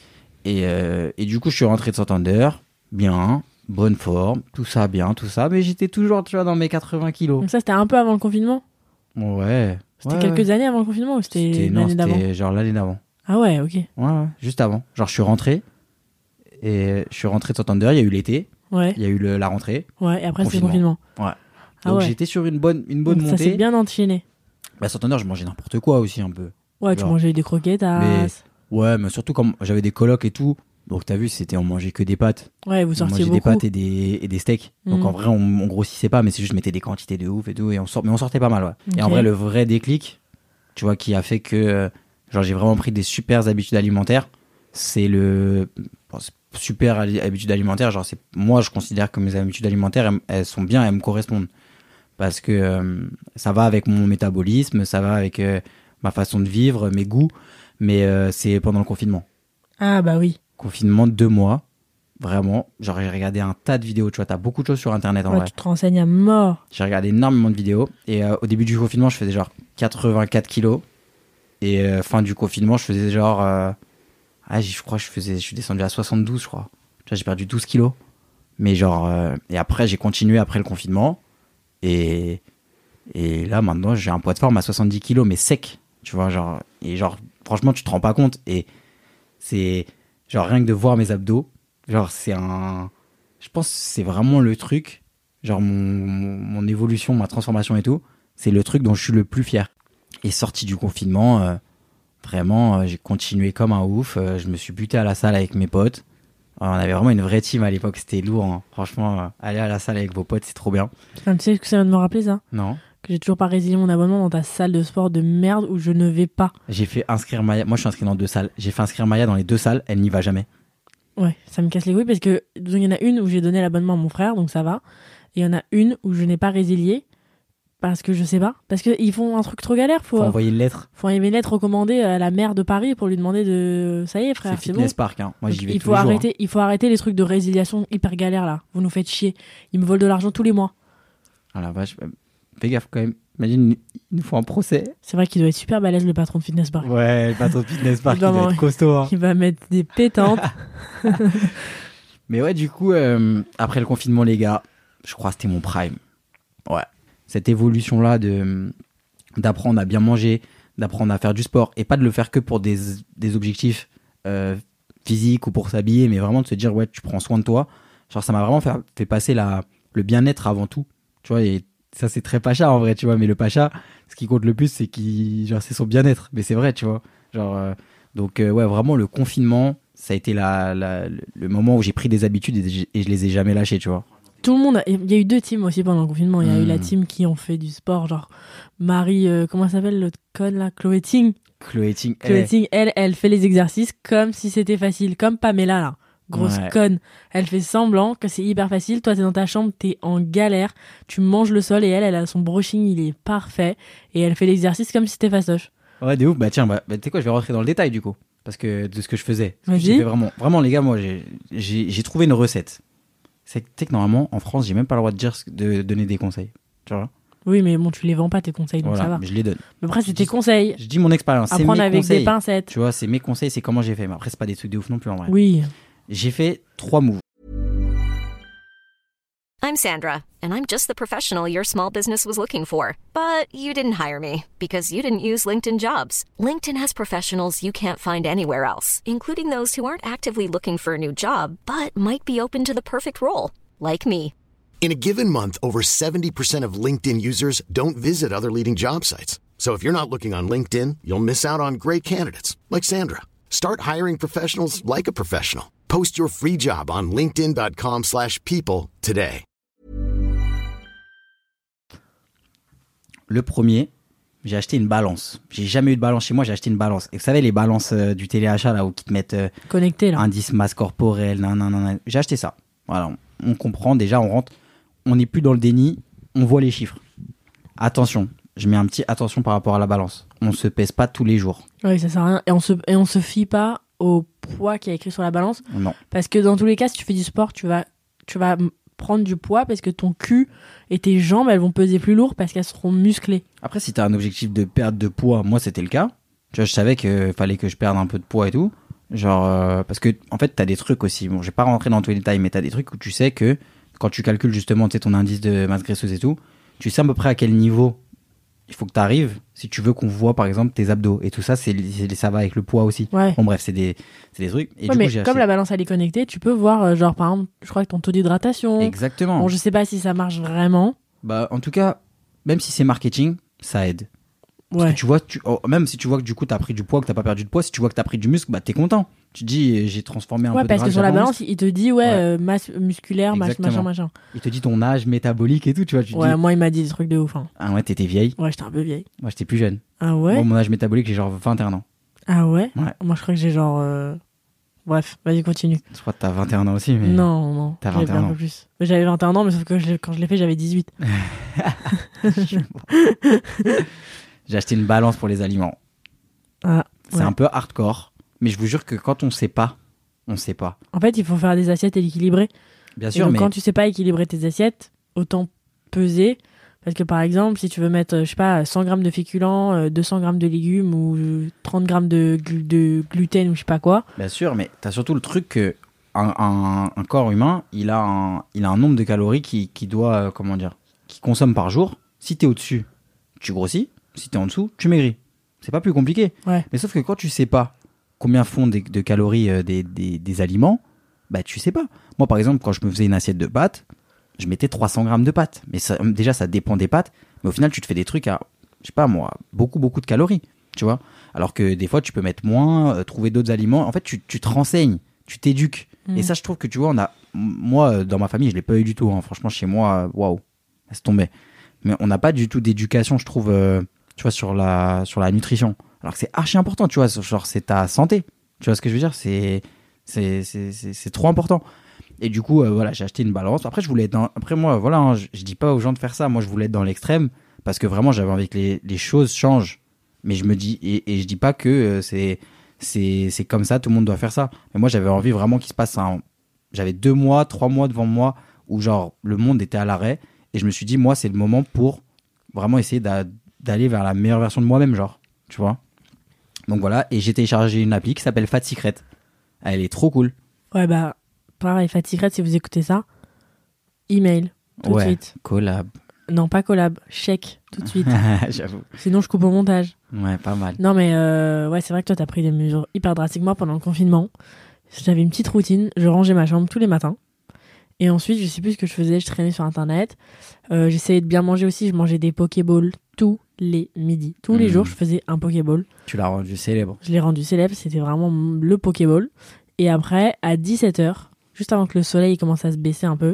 Et, euh, et du coup, je suis rentré de Santander, bien, bonne forme, tout ça, bien, tout ça, mais j'étais toujours, tu vois, dans mes quatre-vingts kilos. Donc ça, c'était un peu avant le confinement ? Ouais. C'était ouais, quelques ouais. années avant le confinement ou c'était, c'était l'année non, d'avant ? C'était genre l'année d'avant. Ah ouais, ok. Ouais, ouais, juste avant. Genre, je suis rentré, et je suis rentré de Santander, il y a eu l'été, ouais. il y a eu le, la rentrée. Ouais, et après, c'est le confinement. Ouais. Ah Donc, ouais. j'étais sur une bonne, une bonne Donc, montée. Ça s'est bien enchaîné. Bah, Santander, je mangeais n'importe quoi aussi, un peu. Ouais, genre. Tu mangeais des croquettes à... Mais, ouais, mais surtout comme j'avais des colocs et tout. Donc, t'as vu, c'était, on mangeait que des pâtes. Ouais, vous sortiez beaucoup. On mangeait des pâtes et des, et des steaks. Mmh. Donc, en vrai, on, on grossissait pas, mais c'est juste, je mettais des quantités de ouf et tout. Et on sort, mais on sortait pas mal, ouais. Okay. Et en vrai, le vrai déclic, tu vois, qui a fait que, genre, j'ai vraiment pris des super habitudes alimentaires. C'est le, bon, c'est super habitudes alimentaires. Genre, c'est, moi, je considère que mes habitudes alimentaires, elles, elles sont bien, elles me correspondent. Parce que euh, ça va avec mon métabolisme, ça va avec euh, ma façon de vivre, mes goûts. Mais euh, c'est pendant le confinement. Ah, bah oui. Confinement de deux mois, vraiment. Genre, j'ai regardé un tas de vidéos. Tu vois, t'as beaucoup de choses sur Internet en ouais, vrai. Tu te renseignes à mort. J'ai regardé énormément de vidéos. Et euh, au début du confinement, je faisais genre quatre-vingt-quatre kilos. Et euh, fin du confinement, je faisais genre. Euh... Ah, je crois que je faisais. Je suis descendu à soixante-douze, je crois. Tu vois, j'ai perdu douze kilos. Mais genre. Euh... Et après, j'ai continué après le confinement. Et. Et là, maintenant, j'ai un poids de forme à soixante-dix kilos, mais sec. Tu vois, genre. Et genre, franchement, tu te rends pas compte. Et c'est. Genre, rien que de voir mes abdos, genre, c'est un... Je pense que c'est vraiment le truc, genre, mon, mon, mon évolution, ma transformation et tout, c'est le truc dont je suis le plus fier. Et sorti du confinement, euh, vraiment, euh, j'ai continué comme un ouf. Euh, je me suis buté à la salle avec mes potes. Euh, on avait vraiment une vraie team à l'époque, c'était lourd. Hein. Franchement, euh, aller à la salle avec vos potes, c'est trop bien. Putain, tu sais ce que ça vient de me rappeler, ça ? Non. Que j'ai toujours pas résilié mon abonnement dans ta salle de sport de merde où je ne vais pas. J'ai fait inscrire Maya. Moi, je suis inscrit dans deux salles. J'ai fait inscrire Maya dans les deux salles. Elle n'y va jamais. Ouais, ça me casse les couilles parce que il y en a une où j'ai donné l'abonnement à mon frère, donc ça va. Et il y en a une où je n'ai pas résilié parce que je sais pas. Parce qu'ils font un truc trop galère. Faut, faut envoyer une lettre. Faut envoyer une lettre recommandée à la maire de Paris pour lui demander de. Ça y est, frère. C'est, c'est Fitness bon. Park. Hein. Moi, donc, j'y vais il tous faut les arrêter, jours. Hein. Il faut arrêter les trucs de résiliation hyper galère là. Vous nous faites chier. Ils me volent de l'argent tous les mois. Ah la vache. Fais gaffe quand même. Imagine, il nous faut un procès. C'est vrai qu'il doit être super balèze, le patron de Fitness Park. Ouais, le patron de Fitness Park, il doit, il doit être costaud. Hein. Il va mettre des pétantes. Mais ouais, du coup, euh, après le confinement, les gars, je crois que c'était mon prime. Ouais. Cette évolution-là de, d'apprendre à bien manger, d'apprendre à faire du sport, et pas de le faire que pour des, des objectifs euh, physiques ou pour s'habiller, mais vraiment de se dire, ouais, tu prends soin de toi. Genre, ça m'a vraiment fait, fait passer la, le bien-être avant tout. Tu vois, et ça, c'est très Pacha en vrai, tu vois. Mais le Pacha, ce qui compte le plus, c'est, qu'il, genre, c'est son bien-être. Mais c'est vrai, tu vois. Genre, euh, donc, euh, ouais, vraiment, le confinement, ça a été la, la, le moment où j'ai pris des habitudes et, et je les ai jamais lâchées, tu vois. tout le monde, a... il y a eu deux teams aussi pendant le confinement. Il y a Mm. eu la team qui ont fait du sport, genre Marie, euh, comment elle s'appelle l'autre conne là, Chloé Ting. Chloé Ting, Chloé eh, Ting, elle, elle fait les exercices comme si c'était facile, comme Pamela là. Grosse Ouais. conne. Elle fait semblant que c'est hyper facile. Toi, t'es dans ta chambre, t'es en galère. Tu manges le sol et elle, elle a son brushing, il est parfait. Et elle fait l'exercice comme si c'était fastoche. ouais, de ouf. Bah tiens, bah, bah, tu sais quoi, je vais rentrer dans le détail du coup. Parce que de ce que je faisais. Parce que Vas-y. j'ai fait vraiment, vraiment, les gars, moi, j'ai, j'ai, j'ai trouvé une recette. C'est que, tu sais que normalement, en France, j'ai même pas le droit de dire, ce- de donner des conseils. Tu vois. Oui, mais bon, tu les vends pas tes conseils, donc ça Voilà, va. mais je les donne. Mais après, c'est Je tes dis- conseils. Je dis mon expérience. C'est Apprendre mes avec conseils. des pincettes. Tu vois, c'est mes conseils, c'est comment j'ai fait. Mais après, c'est pas des trucs de ouf non plus en vrai. Oui. J'ai fait trois moves. I'm Sandra, and I'm just the professional your small business was looking for. But you didn't hire me because you didn't use LinkedIn Jobs. LinkedIn has professionals you can't find anywhere else, including those who aren't actively looking for a new job, but might be open to the perfect role, like me. In a given month, over seventy percent of LinkedIn users don't visit other leading job sites. So if you're not looking on LinkedIn, you'll miss out on great candidates like Sandra. Start hiring professionals like a professional. Post your free job on linkedin dot com slash people today. Le premier, j'ai acheté une balance. J'ai jamais eu de balance chez moi, j'ai acheté une balance. Et vous savez, les balances euh, du téléachat, là, où qui te mettent euh, Connecté, là. indice masse corporelle, nan, nan, nan, nan. J'ai acheté ça. Voilà, on, on comprend, déjà, on rentre, on n'est plus dans le déni, on voit les chiffres. Attention, je mets un petit attention par rapport à la balance. On se pèse pas tous les jours. Oui, ça sert à rien. Et on se, et on se fie pas au poids qui est écrit sur la balance. Non. Parce que dans tous les cas, si tu fais du sport, tu vas, tu vas m- prendre du poids parce que ton cul et tes jambes, elles vont peser plus lourd parce qu'elles seront musclées. Après, si t'as un objectif de perte de poids, moi, c'était le cas. Tu vois, je savais qu'il fallait que je perde un peu de poids et tout. Genre, euh, parce que, en fait, t'as des trucs aussi. Bon, je vais pas rentrer dans tous les détails, mais t'as des trucs où tu sais que quand tu calcules justement, tu sais, ton indice de masse graisseuse et tout, tu sais à peu près à quel niveau il faut que t'arrives si tu veux qu'on voit, par exemple, tes abdos. Et tout ça, c'est, c'est- ça va avec le poids aussi. Ouais. Bon, bref, c'est des, c'est des trucs. Et Ouais, du mais coup, j'ai comme acheté. la balance elle est connectée, tu peux voir, euh, genre par exemple, je crois que ton taux d'hydratation. Exactement. Bon, je sais pas si ça marche vraiment. Bah, en tout cas, même si c'est marketing, ça aide. Parce Ouais. que tu vois, tu, oh, même si tu vois que du coup t'as pris du poids, que t'as pas perdu de poids, si tu vois que t'as pris du muscle, bah t'es content. Tu te dis, euh, j'ai transformé un Ouais, peu de parce gras que sur la déjà en balance, muscle. il te dit, ouais, Ouais. euh, masse musculaire, mach- Exactement. machin, machin. Il te dit ton âge métabolique et tout, tu vois. Tu te Ouais, dis, moi, il m'a dit des trucs de ouf. Hein. ah ouais, t'étais vieille. Ouais, j'étais un peu vieille. Moi, j'étais plus jeune. Ah ouais Moi, mon âge métabolique, j'ai genre vingt et un ans. Ah ouais, Ouais. Moi, je crois que j'ai genre. euh, Bref, vas-y, continue. Je crois que t'as vingt et un ans aussi, mais. Non, non. T'as j'avais vingt et un un peu ans. plus. Mais j'avais vingt et un ans, mais sauf que je l'ai- quand je l'ai fait, j'avais dix-huit. J'ai acheté une balance pour les aliments. Ah, C'est ouais. un peu hardcore, mais je vous jure que quand on sait pas, on sait pas. En fait, il faut faire des assiettes équilibrées. Bien Et sûr, donc, mais. quand tu sais pas équilibrer tes assiettes, autant peser. Parce que par exemple, si tu veux mettre, euh, je sais pas, cent grammes de féculents, euh, deux cents grammes de légumes ou euh, trente grammes de, glu- de gluten ou je sais pas quoi. Bien sûr, mais t'as surtout le truc que un, un- un corps humain, il a un, il a un nombre de calories qui, qui doit, euh, comment dire, qui consomme par jour. Si t'es au-dessus, tu grossis. Si t'es en dessous, tu maigris. C'est pas plus compliqué. Ouais. Mais sauf que quand tu sais pas combien font des- de calories euh, des, des, des aliments, bah tu sais pas. Moi, par exemple, quand je me faisais une assiette de pâtes, je mettais trois cents grammes de pâtes. Mais ça, déjà, ça dépend des pâtes. Mais au final, tu te fais des trucs à, je sais pas moi, beaucoup, beaucoup de calories. Tu vois. Alors que des fois, tu peux mettre moins, euh, trouver d'autres aliments. En fait, tu, tu te renseignes, tu t'éduques. Mm. Et ça, je trouve que tu vois, on a, moi, euh, dans ma famille, je l'ai pas eu du tout. Hein. Franchement, chez moi, euh, waouh, laisse tomber. Mais on n'a pas du tout d'éducation, je trouve, euh, tu vois, sur la, sur la nutrition. Alors que c'est archi important, tu vois. Genre, c'est ta santé. Tu vois ce que je veux dire? C'est, c'est, c'est, c'est, c'est trop important. Et du coup, euh, voilà, j'ai acheté une balance. Après, je voulais être dans... Après, moi, voilà, hein, je, je dis pas aux gens de faire ça. Moi, je voulais être dans l'extrême parce que vraiment, j'avais envie que les, les choses changent. Mais je me dis, et, et je dis pas que euh, c'est, c'est, c'est comme ça, tout le monde doit faire ça. Mais moi, j'avais envie vraiment qu'il se passe un. J'avais deux mois, trois mois devant moi où, genre, le monde était à l'arrêt. Et je me suis dit, moi, c'est le moment pour vraiment essayer d'a- d'aller vers la meilleure version de moi-même, genre. Tu vois? Donc voilà. Et j'ai téléchargé une appli qui s'appelle Fat Secret. Elle est trop cool. Ouais, bah, pareil, Fat Secret, si vous écoutez ça, email, tout ouais. de suite. Collab. Non, pas collab, chèque, tout de suite. J'avoue. Sinon, je coupe au montage. Ouais, pas mal. Non, mais euh, ouais, c'est vrai que toi, t'as pris des mesures hyper drastiques. Moi, pendant le confinement, j'avais une petite routine. Je rangeais ma chambre tous les matins. Et ensuite, je sais plus ce que je faisais. Je traînais sur Internet. Euh, j'essayais de bien manger aussi. Je mangeais des Pokéballs tous les midis. Tous les Mmh. jours, je faisais un Pokéball. Tu l'as rendu célèbre. Je l'ai rendu célèbre. C'était vraiment le Pokéball. Et après, à dix-sept heures, juste avant que le soleil commence à se baisser un peu,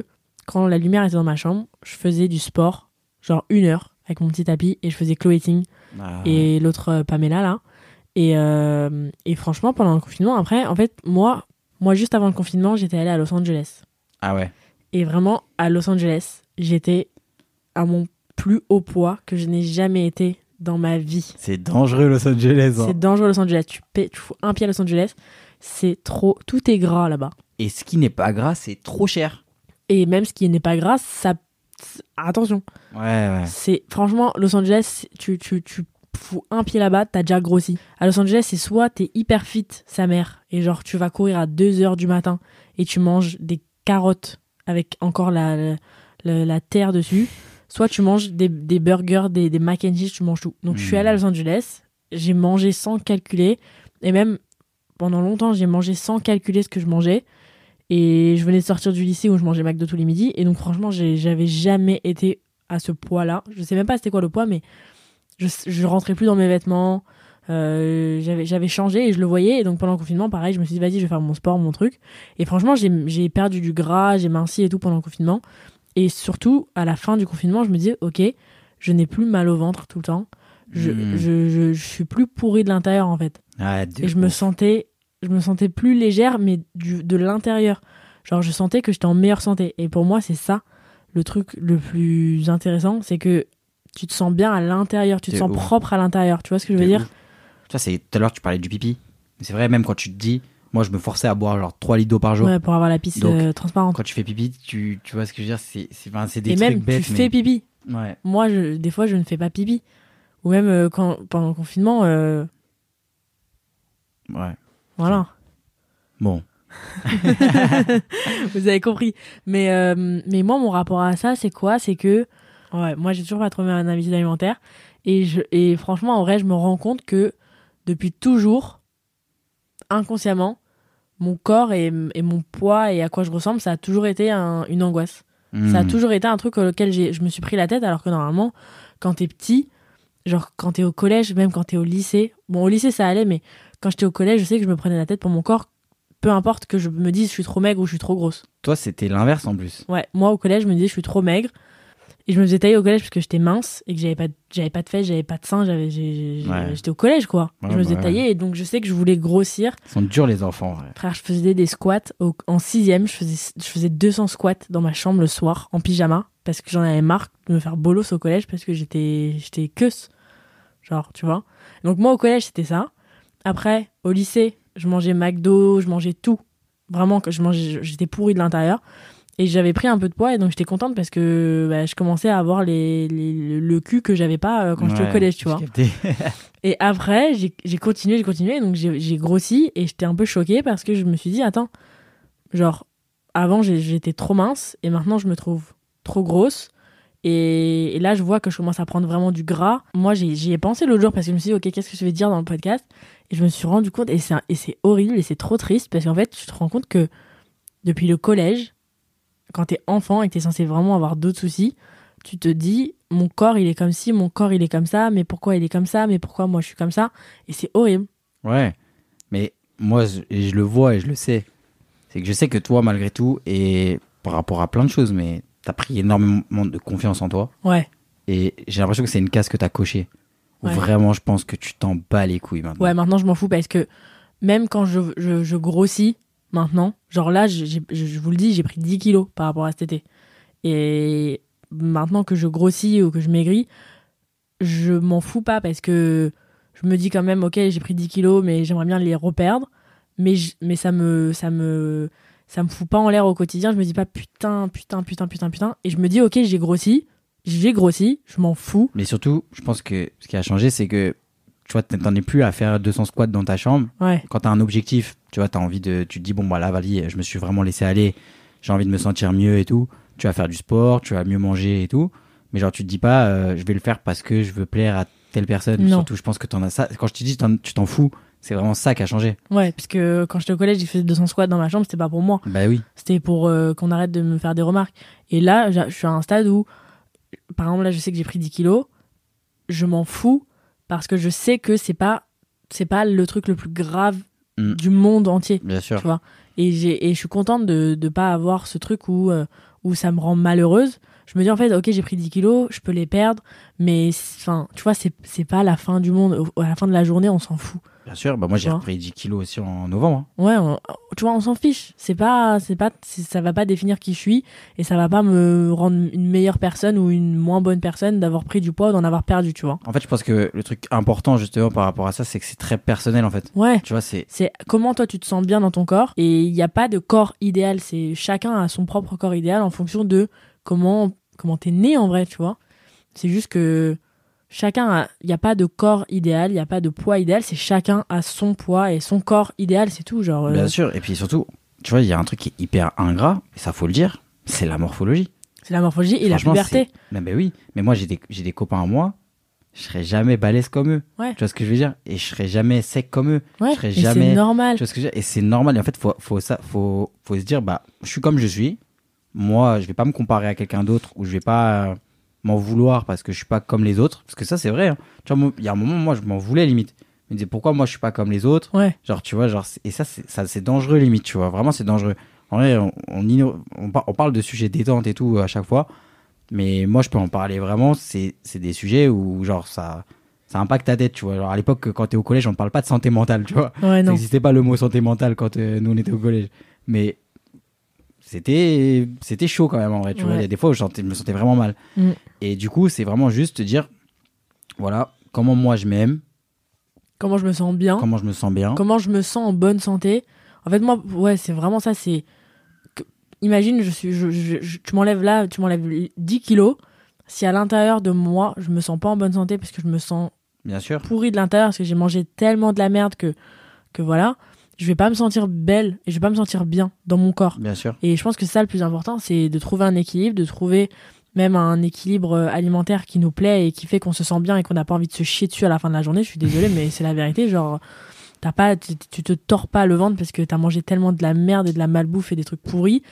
quand la lumière était dans ma chambre, je faisais du sport, genre une heure, avec mon petit tapis, et je faisais Chloé Ting Ah. et l'autre euh, Pamela, là. Et, euh, et franchement, pendant le confinement, après, en fait, moi, moi, juste avant le confinement, j'étais allée à Los Angeles. Ah ouais. Et vraiment, à Los Angeles, j'étais à mon plus haut poids que je n'ai jamais été dans ma vie. C'est dangereux, Los Angeles. Hein. C'est dangereux, Los Angeles. Tu, paies, tu fous un pied à Los Angeles, c'est trop... Tout est gras, là-bas. Et ce qui n'est pas gras, c'est trop cher. Et même ce qui n'est pas gras, ça... Attention. Ouais, ouais. C'est... Franchement, Los Angeles, tu, tu, tu fous un pied là-bas, t'as déjà grossi. À Los Angeles, c'est soit t'es hyper fit, sa mère, et genre tu vas courir à deux heures du matin, et tu manges des carottes avec encore la, la, la, la terre dessus, soit tu manges des, des burgers, des, des mac and cheese, tu manges tout. Donc mmh. je suis allée à Los Angeles, j'ai mangé sans calculer, et même pendant longtemps, j'ai mangé sans calculer ce que je mangeais, et je venais de sortir du lycée où je mangeais McDo tous les midis, et donc franchement, j'ai, j'avais jamais été à ce poids-là. Je sais même pas c'était quoi le poids, mais je, je rentrais plus dans mes vêtements, euh, j'avais, j'avais changé et je le voyais, et donc pendant le confinement, pareil, je me suis dit, vas-y, je vais faire mon sport, mon truc, et franchement, j'ai, j'ai perdu du gras, j'ai minci et tout pendant le confinement, et surtout, à la fin du confinement, je me dis, ok, je n'ai plus mal au ventre tout le temps, je, mmh. je, je, je suis plus pourrie de l'intérieur, en fait. Ah, et je me sentais, je me sentais plus légère, mais du, de l'intérieur. Genre, je sentais que j'étais en meilleure santé. Et pour moi, c'est ça, le truc le plus intéressant, c'est que tu te sens bien à l'intérieur, tu te c'est sens ouf. propre à l'intérieur. Tu vois ce que je veux c'est dire? Tu vois, c'est, tout à l'heure, tu parlais du pipi. Mais c'est vrai, même quand tu te dis, moi, je me forçais à boire genre trois litres d'eau par jour. Ouais, pour avoir la pisse Donc, euh, transparente. Quand tu fais pipi, tu, tu vois ce que je veux dire, c'est, c'est, enfin, c'est des Et trucs même, bêtes. tu mais... fais pipi. Ouais. Moi, je, des fois, je ne fais pas pipi. Ou même euh, quand, pendant le confinement, euh... Ouais. voilà. Bon. Vous avez compris. Mais, euh, mais moi, mon rapport à ça, c'est quoi? C'est que, ouais, moi, j'ai toujours pas trouvé un habitude alimentaire. Et, je, et franchement, en vrai, je me rends compte que depuis toujours, inconsciemment, mon corps et, et mon poids et à quoi je ressemble, ça a toujours été un, une angoisse. Mmh. Ça a toujours été un truc auquel j'ai, je me suis pris la tête, alors que normalement, quand t'es petit, genre quand t'es au collège, même quand t'es au lycée, bon, au lycée, ça allait, mais quand j'étais au collège, je sais que je me prenais la tête pour mon corps, peu importe que je me dise je suis trop maigre ou je suis trop grosse. Toi, c'était l'inverse en plus. Ouais, moi au collège, je me disais je suis trop maigre. Et je me faisais tailler au collège parce que j'étais mince et que j'avais pas, j'avais pas de fesses, j'avais pas de seins, j'avais, j'ai, j'ai, ouais. j'étais au collège quoi. Ouais, je me faisais bah, tailler ouais. et donc je sais que je voulais grossir. Ils sont durs les enfants. Ouais. Frère, je faisais des squats. Au, en sixième, je faisais, je faisais deux cents squats dans ma chambre le soir en pyjama parce que j'en avais marre de me faire bolos au collège parce que j'étais, j'étais queuse. Genre, tu vois. Donc moi au collège, c'était ça. Après, au lycée, je mangeais McDo, je mangeais tout. Vraiment, que je mangeais, j'étais pourrie de l'intérieur. Et j'avais pris un peu de poids et donc j'étais contente parce que bah, je commençais à avoir les, les, le cul que j'avais pas euh, quand ouais, j'étais au collège, tu vois. Et après, j'ai, j'ai continué, j'ai continué, donc j'ai, j'ai grossi et j'étais un peu choquée parce que je me suis dit, attends, genre, avant j'ai, j'étais trop mince et maintenant je me trouve trop grosse. Et, et là, je vois que je commence à prendre vraiment du gras. Moi, j'ai, j'y ai pensé l'autre jour parce que je me suis dit, ok, qu'est-ce que je vais dire dans le podcast? Et je me suis rendu compte, et c'est, et c'est horrible et c'est trop triste parce qu'en fait, tu te rends compte que depuis le collège, quand t'es enfant et que t'es censé vraiment avoir d'autres soucis, tu te dis, mon corps il est comme ci, mon corps il est comme ça, mais pourquoi il est comme ça, mais pourquoi moi je suis comme ça? Et c'est horrible. Ouais, mais moi je, et je le vois et je le sais. C'est que je sais que toi, malgré tout, et par rapport à plein de choses, mais t'as pris énormément de confiance en toi. Ouais. Et j'ai l'impression que c'est une case que t'as cochée. Ouais. Vraiment, je pense que tu t'en bats les couilles maintenant. Ouais, maintenant je m'en fous parce que même quand je, je, je grossis, maintenant, genre là, j'ai, j'ai, je vous le dis, j'ai pris dix kilos par rapport à cet été. Et maintenant que je grossis ou que je maigris, je m'en fous pas parce que je me dis quand même, ok, j'ai pris dix kilos, mais j'aimerais bien les reperdre. Mais, je, mais ça me, ça me, ça me fout pas en l'air au quotidien. Je me dis pas putain, putain, putain, putain, putain. Et je me dis, ok, j'ai grossi, j'ai grossi, je m'en fous. Mais surtout, je pense que ce qui a changé, c'est que tu vois, t'en es plus à faire deux cents squats dans ta chambre. Ouais. Quand t'as un objectif, tu vois, t'as envie de, tu te dis, bon, bah là, vas-y, je me suis vraiment laissé aller, j'ai envie de me sentir mieux et tout. Tu vas faire du sport, tu vas mieux manger et tout. Mais genre, tu te dis pas, euh, je vais le faire parce que je veux plaire à telle personne. Non. Surtout, je pense que t'en as ça. Quand je te dis, t'en, tu t'en fous, c'est vraiment ça qui a changé. Ouais, parce que quand j'étais au collège, j'ai fait deux cents squats dans ma chambre, c'était pas pour moi. Bah oui. C'était pour euh, qu'on arrête de me faire des remarques. Et là, je suis à un stade où, par exemple, là, je sais que j'ai pris dix kilos. Je m'en fous parce que je sais que c'est pas, c'est pas le truc le plus grave Mm. du monde entier. Bien sûr. Tu vois. Et, j'ai, et je suis contente de ne pas avoir ce truc où, euh, où ça me rend malheureuse. Je me dis en fait, ok, j'ai pris dix kilos, je peux les perdre, mais enfin, tu vois, c'est, c'est pas la fin du monde. Au- À la fin de la journée, on s'en fout. Bien sûr, bah moi j'ai Tu vois. repris dix kilos aussi en novembre. hein. Ouais, on- tu vois, on s'en fiche. C'est pas, c'est pas, c'est- ça va pas définir qui je suis et ça va pas me rendre une meilleure personne ou une moins bonne personne d'avoir pris du poids ou d'en avoir perdu, tu vois. En fait, je pense que le truc important justement par rapport à ça, c'est que c'est très personnel en fait. Ouais. Tu vois, c'est C'est comment toi tu te sens bien dans ton corps et il n'y a pas de corps idéal. C'est chacun a son propre corps idéal en fonction de comment comment t'es né en vrai, tu vois. C'est juste que chacun a, il n'y a pas de corps idéal, il n'y a pas de poids idéal. C'est chacun a son poids et son corps idéal, c'est tout. Genre. euh, bien sûr. Et puis surtout, tu vois, il y a un truc qui est hyper ingrat, et ça faut le dire, c'est la morphologie. C'est la morphologie et la Franchement, puberté. c'est- Non, mais oui, mais moi j'ai des, j'ai des copains à moi, je serais jamais balèze comme eux. Ouais. Tu vois ce que je veux dire? Et je serais jamais sec comme eux. Ouais. Je serais Et jamais. c'est normal. Tu vois ce que je veux dire? Et c'est normal. Et en fait, faut, faut, ça, faut, faut se dire, bah, je suis comme je suis. Moi, je vais pas me comparer à quelqu'un d'autre ou je vais pas euh, m'en vouloir parce que je suis pas comme les autres. Parce que ça, c'est vrai. hein. Tu vois, moi, il y a un moment, moi, je m'en voulais limite. Je me disais, pourquoi moi, je suis pas comme les autres? Ouais. Genre, tu vois, genre, c'est- et ça, c'est, ça, c'est dangereux limite, tu vois. Vraiment, c'est dangereux. En vrai, on, on, ignore- on, par- on parle de sujets détente et tout à chaque fois. Mais moi, je peux en parler vraiment. C'est, c'est des sujets où, genre, ça, ça impacte ta tête, tu vois. Genre, à l'époque, quand t'es au collège, on ne parle pas de santé mentale, tu vois. Ouais, Ça non. n'existait pas le mot santé mentale quand euh, nous, on était au collège. Mais c'était, c'était chaud quand même, en vrai, tu vois. Ouais. Il y a des fois où je, sentais- je me sentais vraiment mal. Mm. Et du coup, c'est vraiment juste te dire, voilà, comment moi je m'aime, Comment je me sens bien. comment je me sens bien. Comment je me sens en bonne santé. En fait, moi, ouais, c'est vraiment ça. C'est que- imagine, je suis, je, je- je- tu m'enlèves là, tu m'enlèves dix kilos. Si à l'intérieur de moi, je me sens pas en bonne santé parce que je me sens Bien sûr. pourrie de l'intérieur parce que j'ai mangé tellement de la merde que, que voilà, je vais pas me sentir belle et je vais pas me sentir bien dans mon corps. Bien sûr. Et je pense que c'est ça le plus important, c'est de trouver un équilibre, de trouver même un équilibre euh, alimentaire qui nous plaît et qui fait qu'on se sent bien et qu'on n'a pas envie de se chier dessus à la fin de la journée. Je suis désolée, mais c'est la vérité. Genre, t'as pas, tu, tu te tords pas le ventre parce que t'as mangé tellement de la merde et de la malbouffe et des trucs pourris.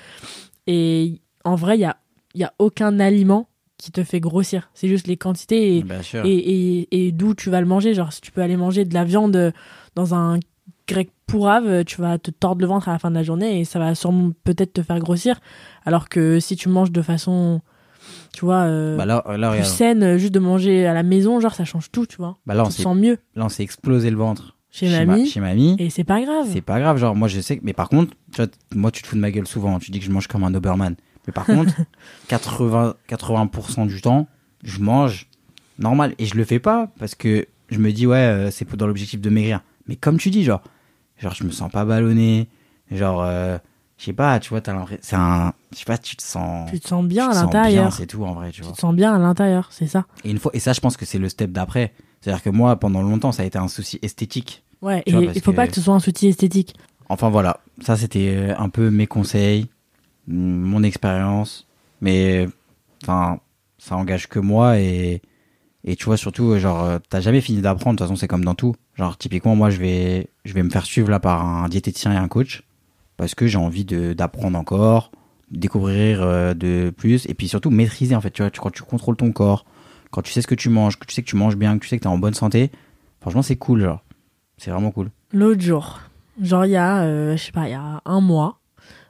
Et en vrai, il y a, y a aucun aliment qui te fait grossir. C'est juste les quantités et, Bien sûr. et, et, et d'où tu vas le manger. Genre, si tu peux aller manger de la viande dans un grec pourrave, tu vas te tordre le ventre à la fin de la journée et ça va sûrement peut-être te faire grossir. Alors que si tu manges de façon, tu vois, euh, Bah là, là, plus regarde. saine, juste de manger à la maison, genre ça change tout, tu vois. Bah là, on Tu te s'est, sens mieux là, on s'est explosé le ventre. chez, ma- mamie chez mamie. et c'est pas grave. C'est pas grave, genre moi je sais que... Mais par contre, tu vois, moi tu te fous de ma gueule souvent, tu dis que je mange comme un Doberman. Mais par contre, quatre-vingts, quatre-vingts pour cent du temps, je mange normal. Et je le fais pas parce que je me dis, ouais, euh, c'est dans l'objectif de maigrir. Mais comme tu dis, genre, genre je me sens pas ballonné, genre, euh, je sais pas, tu vois, t'as l'impression... C'est un... Je sais pas, tu te sens... Tu te sens bien tu à te sens l'intérieur. bien, c'est tout en vrai, tu Tu vois. te sens bien à l'intérieur, c'est ça. Et, une fois... et ça, je pense que c'est le step d'après. C'est-à-dire que moi, pendant longtemps, ça a été un souci esthétique. Ouais, Tu vois, et parce il faut que- pas que ce soit un souci esthétique. Enfin voilà, ça c'était euh, un peu mes conseils, mm, mon expérience, mais enfin ça engage que moi et et tu vois surtout euh, genre euh, t'as jamais fini d'apprendre, de toute façon c'est comme dans tout. Genre typiquement moi je vais je vais me faire suivre là par un diététicien et un coach parce que j'ai envie de d'apprendre encore, découvrir euh, de plus et puis surtout maîtriser en fait, tu vois, tu, quand tu contrôles ton corps, quand tu sais ce que tu manges, que tu sais que tu manges bien, que tu sais que t'es en bonne santé, franchement c'est cool genre, c'est vraiment cool. L'autre jour, genre il y a, euh, je sais pas, il y a un mois,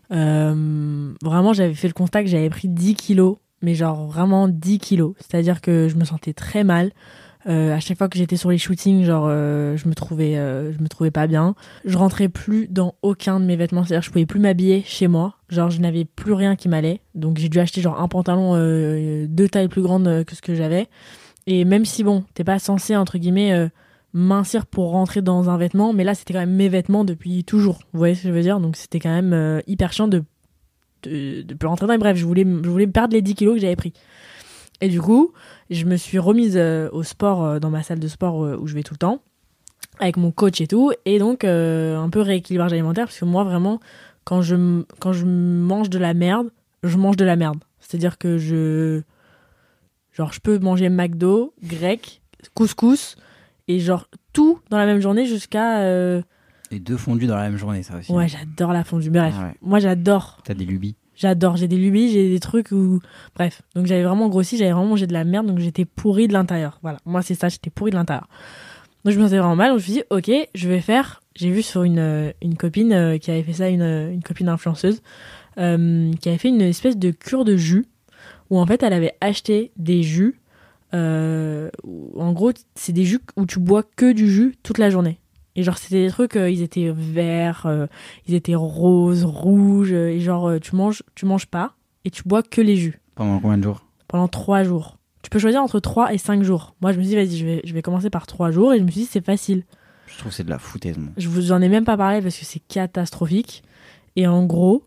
euh, vraiment j'avais fait le constat que j'avais pris dix kilos, mais genre vraiment dix kilos. C'est-à-dire que je me sentais très mal. Euh, à chaque fois que j'étais sur les shootings, genre euh, je me trouvais, euh, je me trouvais pas bien. Je rentrais plus dans aucun de mes vêtements, c'est-à-dire que je pouvais plus m'habiller chez moi. Genre je n'avais plus rien qui m'allait, donc j'ai dû acheter genre un pantalon euh, deux tailles plus grandes que ce que j'avais. Et même si bon, t'es pas censé entre guillemets euh, mincir pour rentrer dans un vêtement, mais là c'était quand même mes vêtements depuis toujours. Vous voyez ce que je veux dire? Donc c'était quand même euh, hyper chiant de de, de plus rentrer dans. Bref, je voulais je voulais perdre les dix kilos que j'avais pris. Et du coup, je me suis remise euh, au sport euh, dans ma salle de sport euh, où je vais tout le temps, avec mon coach et tout, et donc euh, un peu rééquilibrage alimentaire, parce que moi vraiment, quand je, m- quand je mange de la merde, je mange de la merde. C'est-à-dire que je... Genre, je peux manger McDo, grec, couscous, et genre tout dans la même journée jusqu'à... euh, Et deux fondus dans la même journée, ça aussi. Ouais, j'adore la fondue. Bref, Ah ouais. moi j'adore. T'as des lubies. J'adore, j'ai des lubies, j'ai des trucs où... Bref, donc j'avais vraiment grossi, j'avais vraiment mangé de la merde, donc j'étais pourrie de l'intérieur. Voilà, moi c'est ça, j'étais pourrie de l'intérieur. Donc je me sentais vraiment mal, donc je me suis dit, ok, je vais faire... j'ai vu sur une, euh, une copine euh, qui avait fait ça, une, euh, une copine influenceuse, euh, qui avait fait une espèce de cure de jus, où en fait elle avait acheté des jus, euh, où, en gros c'est des jus où tu bois que du jus toute la journée. Et genre c'était des trucs, euh, ils étaient verts, euh, ils étaient roses, rouges, euh, et genre euh, tu manges, tu manges pas, et tu bois que les jus. Pendant combien de jours? Pendant trois jours. Tu peux choisir entre trois et cinq jours. Moi, je me suis dit, vas-y, je vais, je vais commencer par trois jours. Et je me suis dit, c'est facile. Je trouve que c'est de la foutaise, moi. Je vous en ai même pas parlé parce que c'est catastrophique. Et en gros,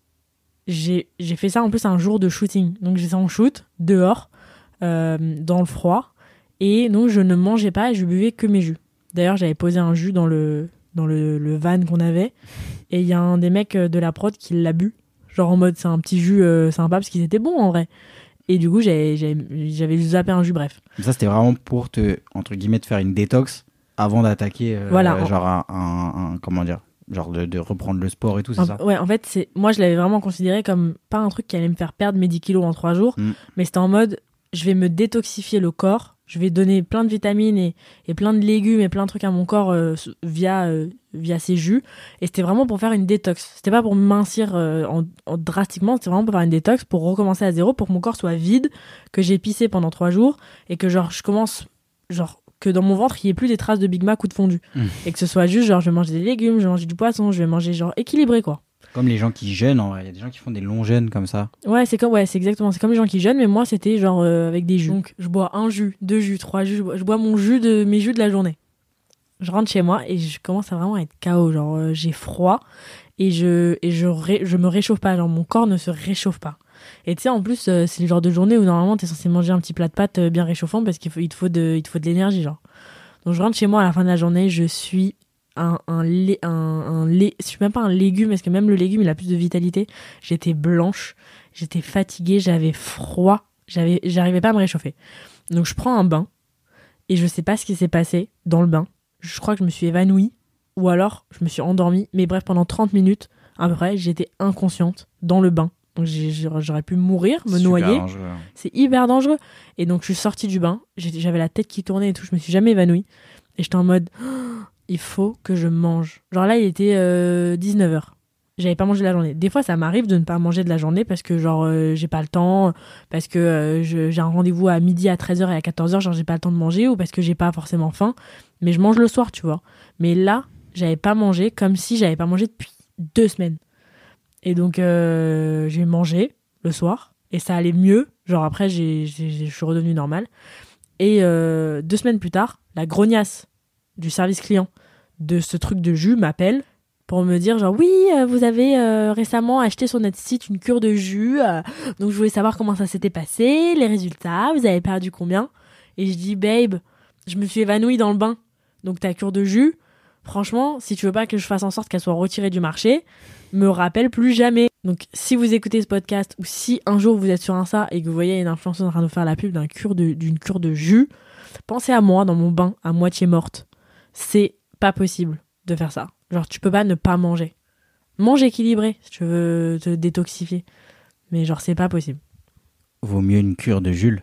j'ai, j'ai fait ça en plus un jour de shooting. Donc, j'étais en shoot, dehors, euh, dans le froid. Et donc, je ne mangeais pas et je buvais que mes jus. D'ailleurs, j'avais posé un jus dans le, dans le, le van qu'on avait. Et il y a un des mecs de la prod qui l'a bu. Genre en mode, c'est un petit jus euh, sympa parce qu'ils étaient bons en vrai. Et du coup, j'avais, j'avais, j'avais zappé un jus, bref. Ça, c'était vraiment pour te, entre guillemets, te faire une détox avant d'attaquer, euh, voilà, genre, un, un, un, comment dire, genre de, de reprendre le sport et tout, c'est en, ça? Ouais, en fait, c'est, moi, je l'avais vraiment considéré comme pas un truc qui allait me faire perdre mes dix kilos en trois jours, mm. mais c'était en mode, je vais me détoxifier le corps, je vais donner plein de vitamines et, et plein de légumes et plein de trucs à mon corps euh, via, euh, via ces jus. Et c'était vraiment pour faire une détox. C'était pas pour mincir euh, en, en drastiquement, c'était vraiment pour faire une détox, pour recommencer à zéro, pour que mon corps soit vide, que j'ai pissé pendant trois jours et que genre je commence, genre que dans mon ventre il y ait plus des traces de Big Mac ou de fondu. Mmh. Et que ce soit juste genre je vais manger des légumes, je vais manger du poisson, je vais manger genre équilibré quoi. Comme les gens qui jeûnent, en vrai. Il y a des gens qui font des longs jeûnes comme ça. Ouais, c'est comme, ouais, c'est exactement. C'est comme les gens qui jeûnent, mais moi, c'était genre euh, avec des jus. Donc, je bois un jus, deux jus, trois jus. Je bois, je bois mon jus de mes jus de la journée. Je rentre chez moi et je commence à vraiment être K O. Genre, euh, j'ai froid et je et je ré, je me réchauffe pas. Genre, mon corps ne se réchauffe pas. Et tu sais, en plus, euh, c'est le genre de journée où normalement, t'es censé manger un petit plat de pâtes euh, bien réchauffant parce qu'il faut, il te faut de, il te faut de l'énergie, genre. Donc, je rentre chez moi à la fin de la journée, je suis un un lait un, un lait je suis même pas un légume parce que même le légume il a plus de vitalité. J'étais blanche, j'étais fatiguée, j'avais froid, j'avais j'arrivais pas à me réchauffer. Donc je prends un bain et je sais pas ce qui s'est passé dans le bain. Je crois que je me suis évanouie ou alors je me suis endormie, mais bref pendant trente minutes à peu près, j'étais inconsciente dans le bain. Donc j'ai, j'aurais pu mourir, me noyer. C'est hyper dangereux. Et donc je suis sortie du bain, j'avais la tête qui tournait et tout, je me suis jamais évanouie et j'étais en mode il faut que je mange. Genre là, il était euh, dix-neuf heures. J'avais pas mangé de la journée. Des fois, ça m'arrive de ne pas manger de la journée parce que genre euh, j'ai pas le temps, parce que euh, je, j'ai un rendez-vous à midi, à treize heures et à quatorze heures, genre j'ai pas le temps de manger ou parce que j'ai pas forcément faim. Mais je mange le soir, tu vois. Mais là, j'avais pas mangé comme si j'avais pas mangé depuis deux semaines. Et donc, euh, j'ai mangé le soir et ça allait mieux. Genre après, j'ai, j'ai, je suis redevenue normale. Et euh, deux semaines plus tard, la grognasse du service client de ce truc de jus m'appelle pour me dire genre oui euh, vous avez euh, récemment acheté sur notre site une cure de jus euh, donc je voulais savoir comment ça s'était passé, les résultats, vous avez perdu combien. Et je dis babe, je me suis évanouie dans le bain, donc ta cure de jus franchement si tu veux pas que je fasse en sorte qu'elle soit retirée du marché, me rappelle plus jamais. Donc si vous écoutez ce podcast ou si un jour vous êtes sur Insta et que vous voyez une influenceuse en train de faire la pub d'un cure de, d'une cure de jus, pensez à moi dans mon bain à moitié morte. C'est pas possible de faire ça. Genre, tu peux pas ne pas manger. Mange équilibré si tu veux te détoxifier. Mais genre, c'est pas possible. Vaut mieux une cure de Jules.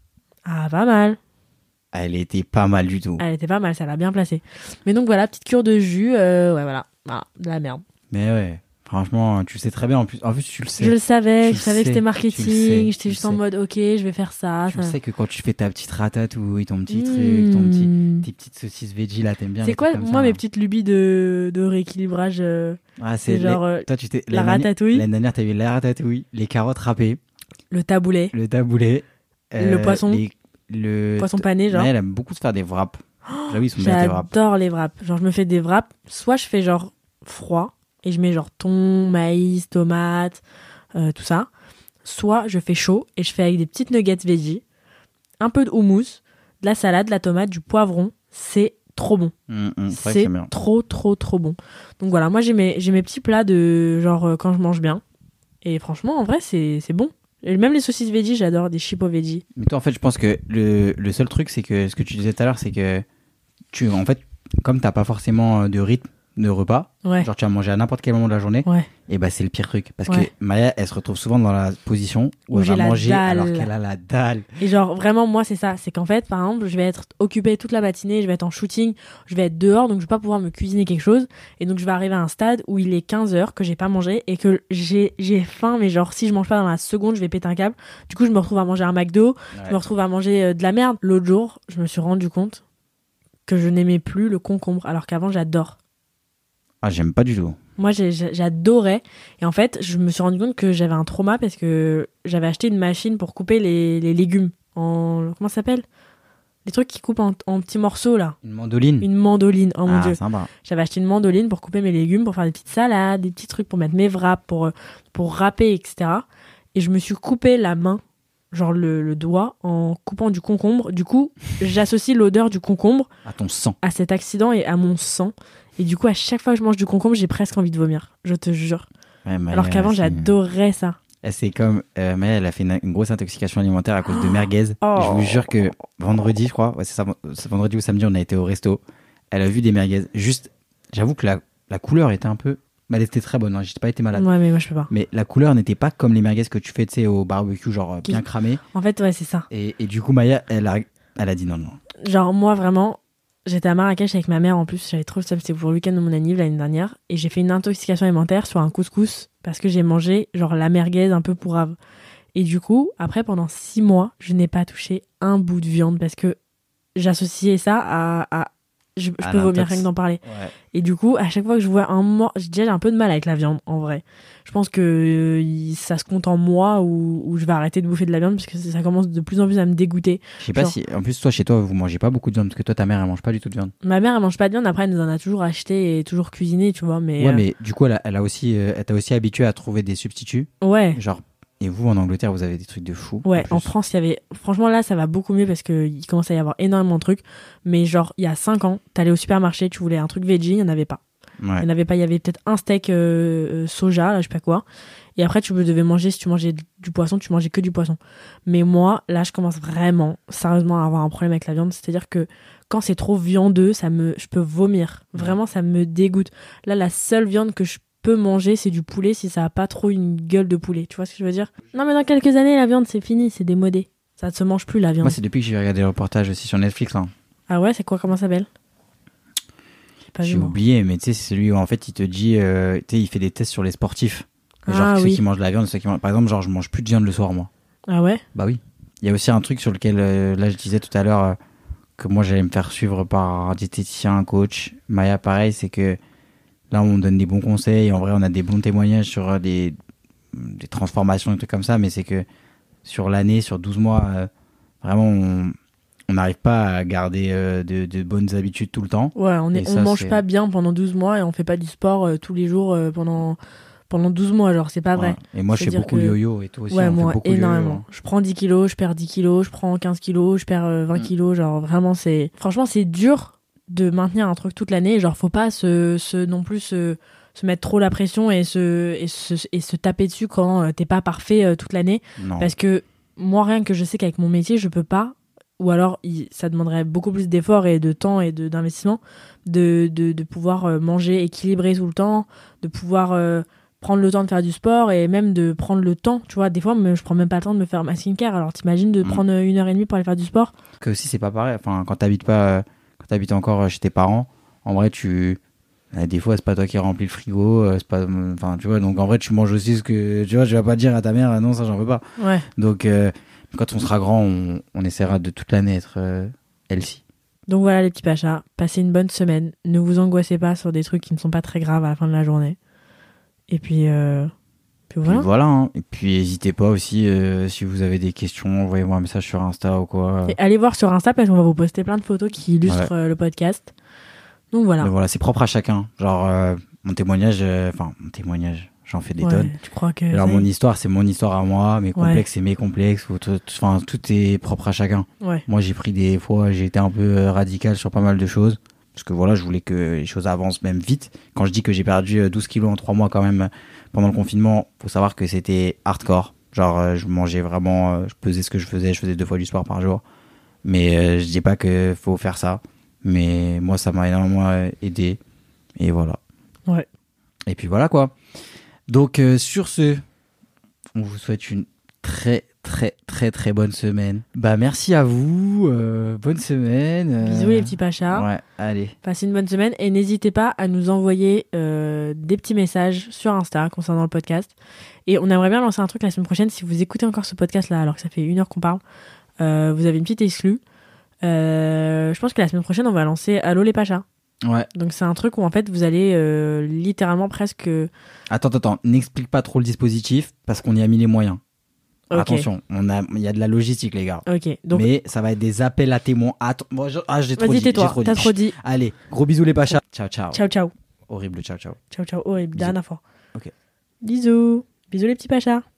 Ah, pas mal. Elle était pas mal du tout. Elle était pas mal, ça l'a bien placé. Mais donc voilà, petite cure de jus, euh, ouais, voilà. Ah, de la merde. Mais ouais, franchement, tu le sais très bien. En plus, en plus tu le sais. Je le savais, tu je savais sais, que c'était marketing. J'étais juste sais. en mode, ok, je vais faire ça. Tu ça... le sais que quand tu fais ta petite ratatouille, ton petit mmh. truc, ton petit, tes petites saucisses veggie là, t'aimes bien. C'est quoi, moi, ça, mes hein. petites lubies de, de rééquilibrage euh, ah, c'est, c'est genre les... Toi, tu t'es... la ratatouille. L'année dernière, t'as eu la ratatouille, les carottes râpées, le taboulet, le taboulet, euh, le poisson, les... le poisson pané, genre. Mais elle aime beaucoup se faire des wraps. Oh, J'avoue, ils sont bien tes wraps. J'adore les wraps. Genre, je me fais des wraps. Soit je fais genre froid et je mets genre thon, maïs, tomate, euh, tout ça. Soit je fais chaud et je fais avec des petites nuggets veggie, un peu de houmous, de la salade, de la tomate, du poivron. C'est trop bon. Mmh, mmh, c'est, c'est trop, trop, trop bon. Donc voilà, moi j'ai mes, j'ai mes petits plats de genre euh, quand je mange bien. Et franchement, en vrai, c'est, c'est bon. Et même les saucisses veggie, j'adore, des chipots veggie. Mais toi, en fait, je pense que le, le seul truc, c'est que ce que tu disais tout à l'heure, c'est que tu, en fait, comme t'as pas forcément de rythme de repas, Ouais. genre tu vas manger à n'importe quel moment de la journée, Ouais. et bah c'est le pire truc. Parce Ouais. que Maya, elle se retrouve souvent dans la position où, Où elle j'ai va la manger dalle. alors qu'elle a la dalle. Et genre, vraiment, moi, c'est ça. C'est qu'en fait, par exemple, je vais être occupée toute la matinée, je vais être en shooting, je vais être dehors, donc je vais pas pouvoir me cuisiner quelque chose. Et donc, je vais arriver à un stade où il est quinze heures, que j'ai pas mangé, et que j'ai, j'ai faim, mais genre, si je mange pas dans la seconde, je vais péter un câble. Du coup, je me retrouve à manger un McDo, Ouais. je me retrouve à manger euh, de la merde. L'autre jour, je me suis rendu compte que je n'aimais plus le concombre, alors qu'avant, j'adore. Ah, j'aime pas du tout. Moi, j'ai- j'ai- j'adorais. Et en fait, je me suis rendu compte que j'avais un trauma parce que j'avais acheté une machine pour couper les, les légumes en... Comment ça s'appelle ? Les trucs qui coupent en, en petits morceaux, là. Une mandoline. Une mandoline. Oh mon ah, Dieu. sympa. J'avais acheté une mandoline pour couper mes légumes, pour faire des petites salades, des petits trucs pour mettre mes wraps, pour, euh, pour râper, et cetera. Et je me suis coupé la main, genre le, le doigt, en coupant du concombre. Du coup, j'associe l'odeur du concombre À ton sang. à cet accident et à mon sang. Et du coup, à chaque fois que je mange du concombre, j'ai presque envie de vomir. Je te jure. Ouais, Maya, Alors qu'avant, c'est- j'adorais ça. Elle, C'est comme euh, Maya, elle a fait une, une grosse intoxication alimentaire à cause de merguez. Oh. Et je vous jure que vendredi, je crois, ouais, c'est ça, c'est vendredi ou samedi, on a été au resto. Elle a vu des merguez. Juste, j'avoue que la, la couleur était un peu. Mais elle était très bonne, hein, j'ai pas été malade. Ouais, mais moi, je peux pas. Mais la couleur n'était pas comme les merguez que tu fais, tu sais, au barbecue, genre euh, Qui- bien cramé. En fait, ouais, c'est ça. Et, et du coup, Maya, elle a, elle a dit non, non. Genre, moi, vraiment, j'étais à Marrakech avec ma mère en plus. J'avais trop le seum, c'était pour le week-end de mon anniv l'année dernière. Et j'ai fait une intoxication alimentaire sur un couscous parce que j'ai mangé, genre, la merguez un peu pourrave. Et du coup, après, pendant six mois, je n'ai pas touché un bout de viande parce que j'associais ça à. à je, je À peux vomir l'intox. rien que d'en parler. Ouais. Et du coup, à chaque fois que je vois un mort, déjà j'ai un peu de mal avec la viande, en vrai. Je pense que euh, il- ça se compte en moi où, où je vais arrêter de bouffer de la viande parce que ça commence de plus en plus à me dégoûter. Je sais pas Genre- si. En plus, toi, chez toi, vous mangez pas beaucoup de viande parce que toi, ta mère, elle mange pas du tout de viande. Ma mère, elle mange pas de viande, après elle nous en a toujours acheté et toujours cuisiné, tu vois, mais... Ouais, euh, mais du coup, elle, a, elle, a aussi, euh, elle t'a aussi habitué à trouver des substituts. Ouais, Genre, et vous, en Angleterre, vous avez des trucs de fou. ouais, plus. en France, il y avait... Franchement, là, ça va beaucoup mieux parce qu'il commence à y avoir énormément de trucs. Mais genre, il y a cinq ans, t'allais au supermarché, tu voulais un truc veggie, il n'y en avait pas. Il Ouais. n'y en avait pas, il y avait peut-être un steak euh, euh, soja, là, je sais pas quoi. Et après, tu devais manger, si tu mangeais du poisson, tu mangeais que du poisson. Mais moi, là, je commence vraiment, sérieusement, à avoir un problème avec la viande. C'est-à-dire que quand c'est trop viandeux, ça me, je peux vomir. Vraiment, ça me dégoûte. Là, la seule viande que je peux manger, c'est du poulet si ça a pas trop une gueule de poulet. Tu vois ce que je veux dire ? Non, mais dans quelques années, la viande, c'est fini, c'est démodé. Ça ne se mange plus, la viande. Moi, c'est depuis que j'ai regardé le reportage aussi sur Netflix. Là. Ah ouais, c'est quoi ? Comment ça s'appelle ? J'ai pas vu, J'ai moi. oublié, mais tu sais, c'est celui où en fait, il te dit. euh, tu sais, il fait des tests sur les sportifs. Genre, Ah ceux oui. qui mangent de la viande, ceux qui mangent. Par exemple, genre, je mange plus de viande le soir, moi. Ah ouais ? Bah oui. Il y a aussi un truc sur lequel, euh, là, je disais tout à l'heure euh, que moi, j'allais me faire suivre par un diététicien, un coach. Maya, pareil, c'est que là, on donne des bons conseils. En vrai, on a des bons témoignages sur euh, des, des transformations, des trucs comme ça. Mais c'est que sur l'année, sur douze mois, euh, vraiment, on on n'arrive pas à garder euh, de, de bonnes habitudes tout le temps. Ouais, on, est, Et on ça, mange c'est- pas bien pendant douze mois et on fait pas du sport euh, tous les jours euh, pendant, pendant douze mois, genre c'est pas vrai. Ouais. Et moi, je fais C'est-à-dire beaucoup que- de yo-yo et toi aussi. Ouais, on moi fait beaucoup de yo-yo. énormément. Je prends dix kilos, je perds dix kilos, je prends quinze kilos, je perds euh, vingt Mm. kilos, genre vraiment c'est... Franchement c'est dur de maintenir un truc toute l'année, genre faut pas se, se non plus se, se mettre trop la pression et se, et se, et se taper dessus quand euh, t'es pas parfait euh, toute l'année. Non. Parce que moi, rien que je sais qu'avec mon métier, je peux pas, ou alors il- ça demanderait beaucoup plus d'efforts et de temps et de, d'investissement, de, de, de pouvoir euh, manger équilibré tout le temps, de pouvoir euh, prendre le temps de faire du sport et même de prendre le temps. Tu vois, des fois, me- je prends même pas le temps de me faire ma skincare. Alors t'imagines de Mm. prendre une heure et demie pour aller faire du sport ? Que aussi, c'est pas pareil. Enfin, quand t'habites pas, euh, quand t'habites encore euh, chez tes parents, en vrai, tu. euh, Des fois, c'est pas toi qui remplis le frigo, euh, c'est pas. Enfin, tu vois, donc en vrai, tu manges aussi ce que. Tu vois, je vais pas dire à ta mère, ah non, ça, j'en veux pas. Ouais. Donc, euh, quand on sera grand, on, on essaiera de toute l'année être euh, healthy. Donc voilà les petits pachas, passez une bonne semaine. Ne vous angoissez pas sur des trucs qui ne sont pas très graves à la fin de la journée. Et puis, euh... puis voilà. Puis voilà, hein. Et puis, n'hésitez pas aussi, euh, si vous avez des questions, envoyez-moi un message sur Insta ou quoi. Et allez voir sur Insta parce qu'on va vous poster plein de photos qui illustrent euh, le podcast. Donc voilà. Mais voilà, c'est propre à chacun. Genre, euh, mon témoignage, euh, enfin, mon témoignage, j'en fais des Ouais, tonnes. tu crois que... Alors, ça y mon est histoire, c'est mon histoire à moi, mes complexes, c'est mes complexes. Faut tout, enfin, tout est propre à chacun. Ouais. Moi, j'ai pris des fois, j'ai été un peu euh, radical sur pas mal de choses. Parce que voilà, je voulais que les choses avancent même vite. Quand je dis que j'ai perdu euh, douze kilos en trois mois quand même euh, pendant le confinement, faut savoir que c'était hardcore. Genre, euh, je mangeais vraiment, euh, je pesais ce que je faisais, je faisais deux fois du sport par jour. Mais euh, je dis pas que faut faire ça. Mais moi, ça m'a énormément euh, aidé. Et voilà. Ouais. Et puis voilà quoi. Donc euh, sur ce, on vous souhaite une très très très très bonne semaine. Bah merci à vous, euh, bonne semaine. euh, Bisous les petits pachas. Ouais, allez. Passez une bonne semaine et n'hésitez pas à nous envoyer euh, des petits messages sur Insta concernant le podcast. Et on aimerait bien lancer un truc la semaine prochaine. Si vous écoutez encore ce podcast là alors que ça fait une heure qu'on parle, euh, vous avez une petite exclue. Euh, je pense que la semaine prochaine on va lancer Allô les pachas. Ouais. Donc c'est un truc où en fait vous allez euh, littéralement presque... Attends, attends, attends. N'explique pas trop le dispositif parce qu'on y a mis les moyens. Ok. Attention, on a, il y a de la logistique les gars. Ok, donc Mais ça va être des appels à témoins. Attends, moi, je- ah, j'ai trop vas-y dit. j'ai tais-toi, trop t'as dit. trop dit. Allez, gros bisous les pachas. Ciao, ciao. Ciao ciao. Horrible, ciao, ciao. Ciao ciao. Horrible, Bisous. dernière fois. Ok. Bisous. Bisous les petits pachas.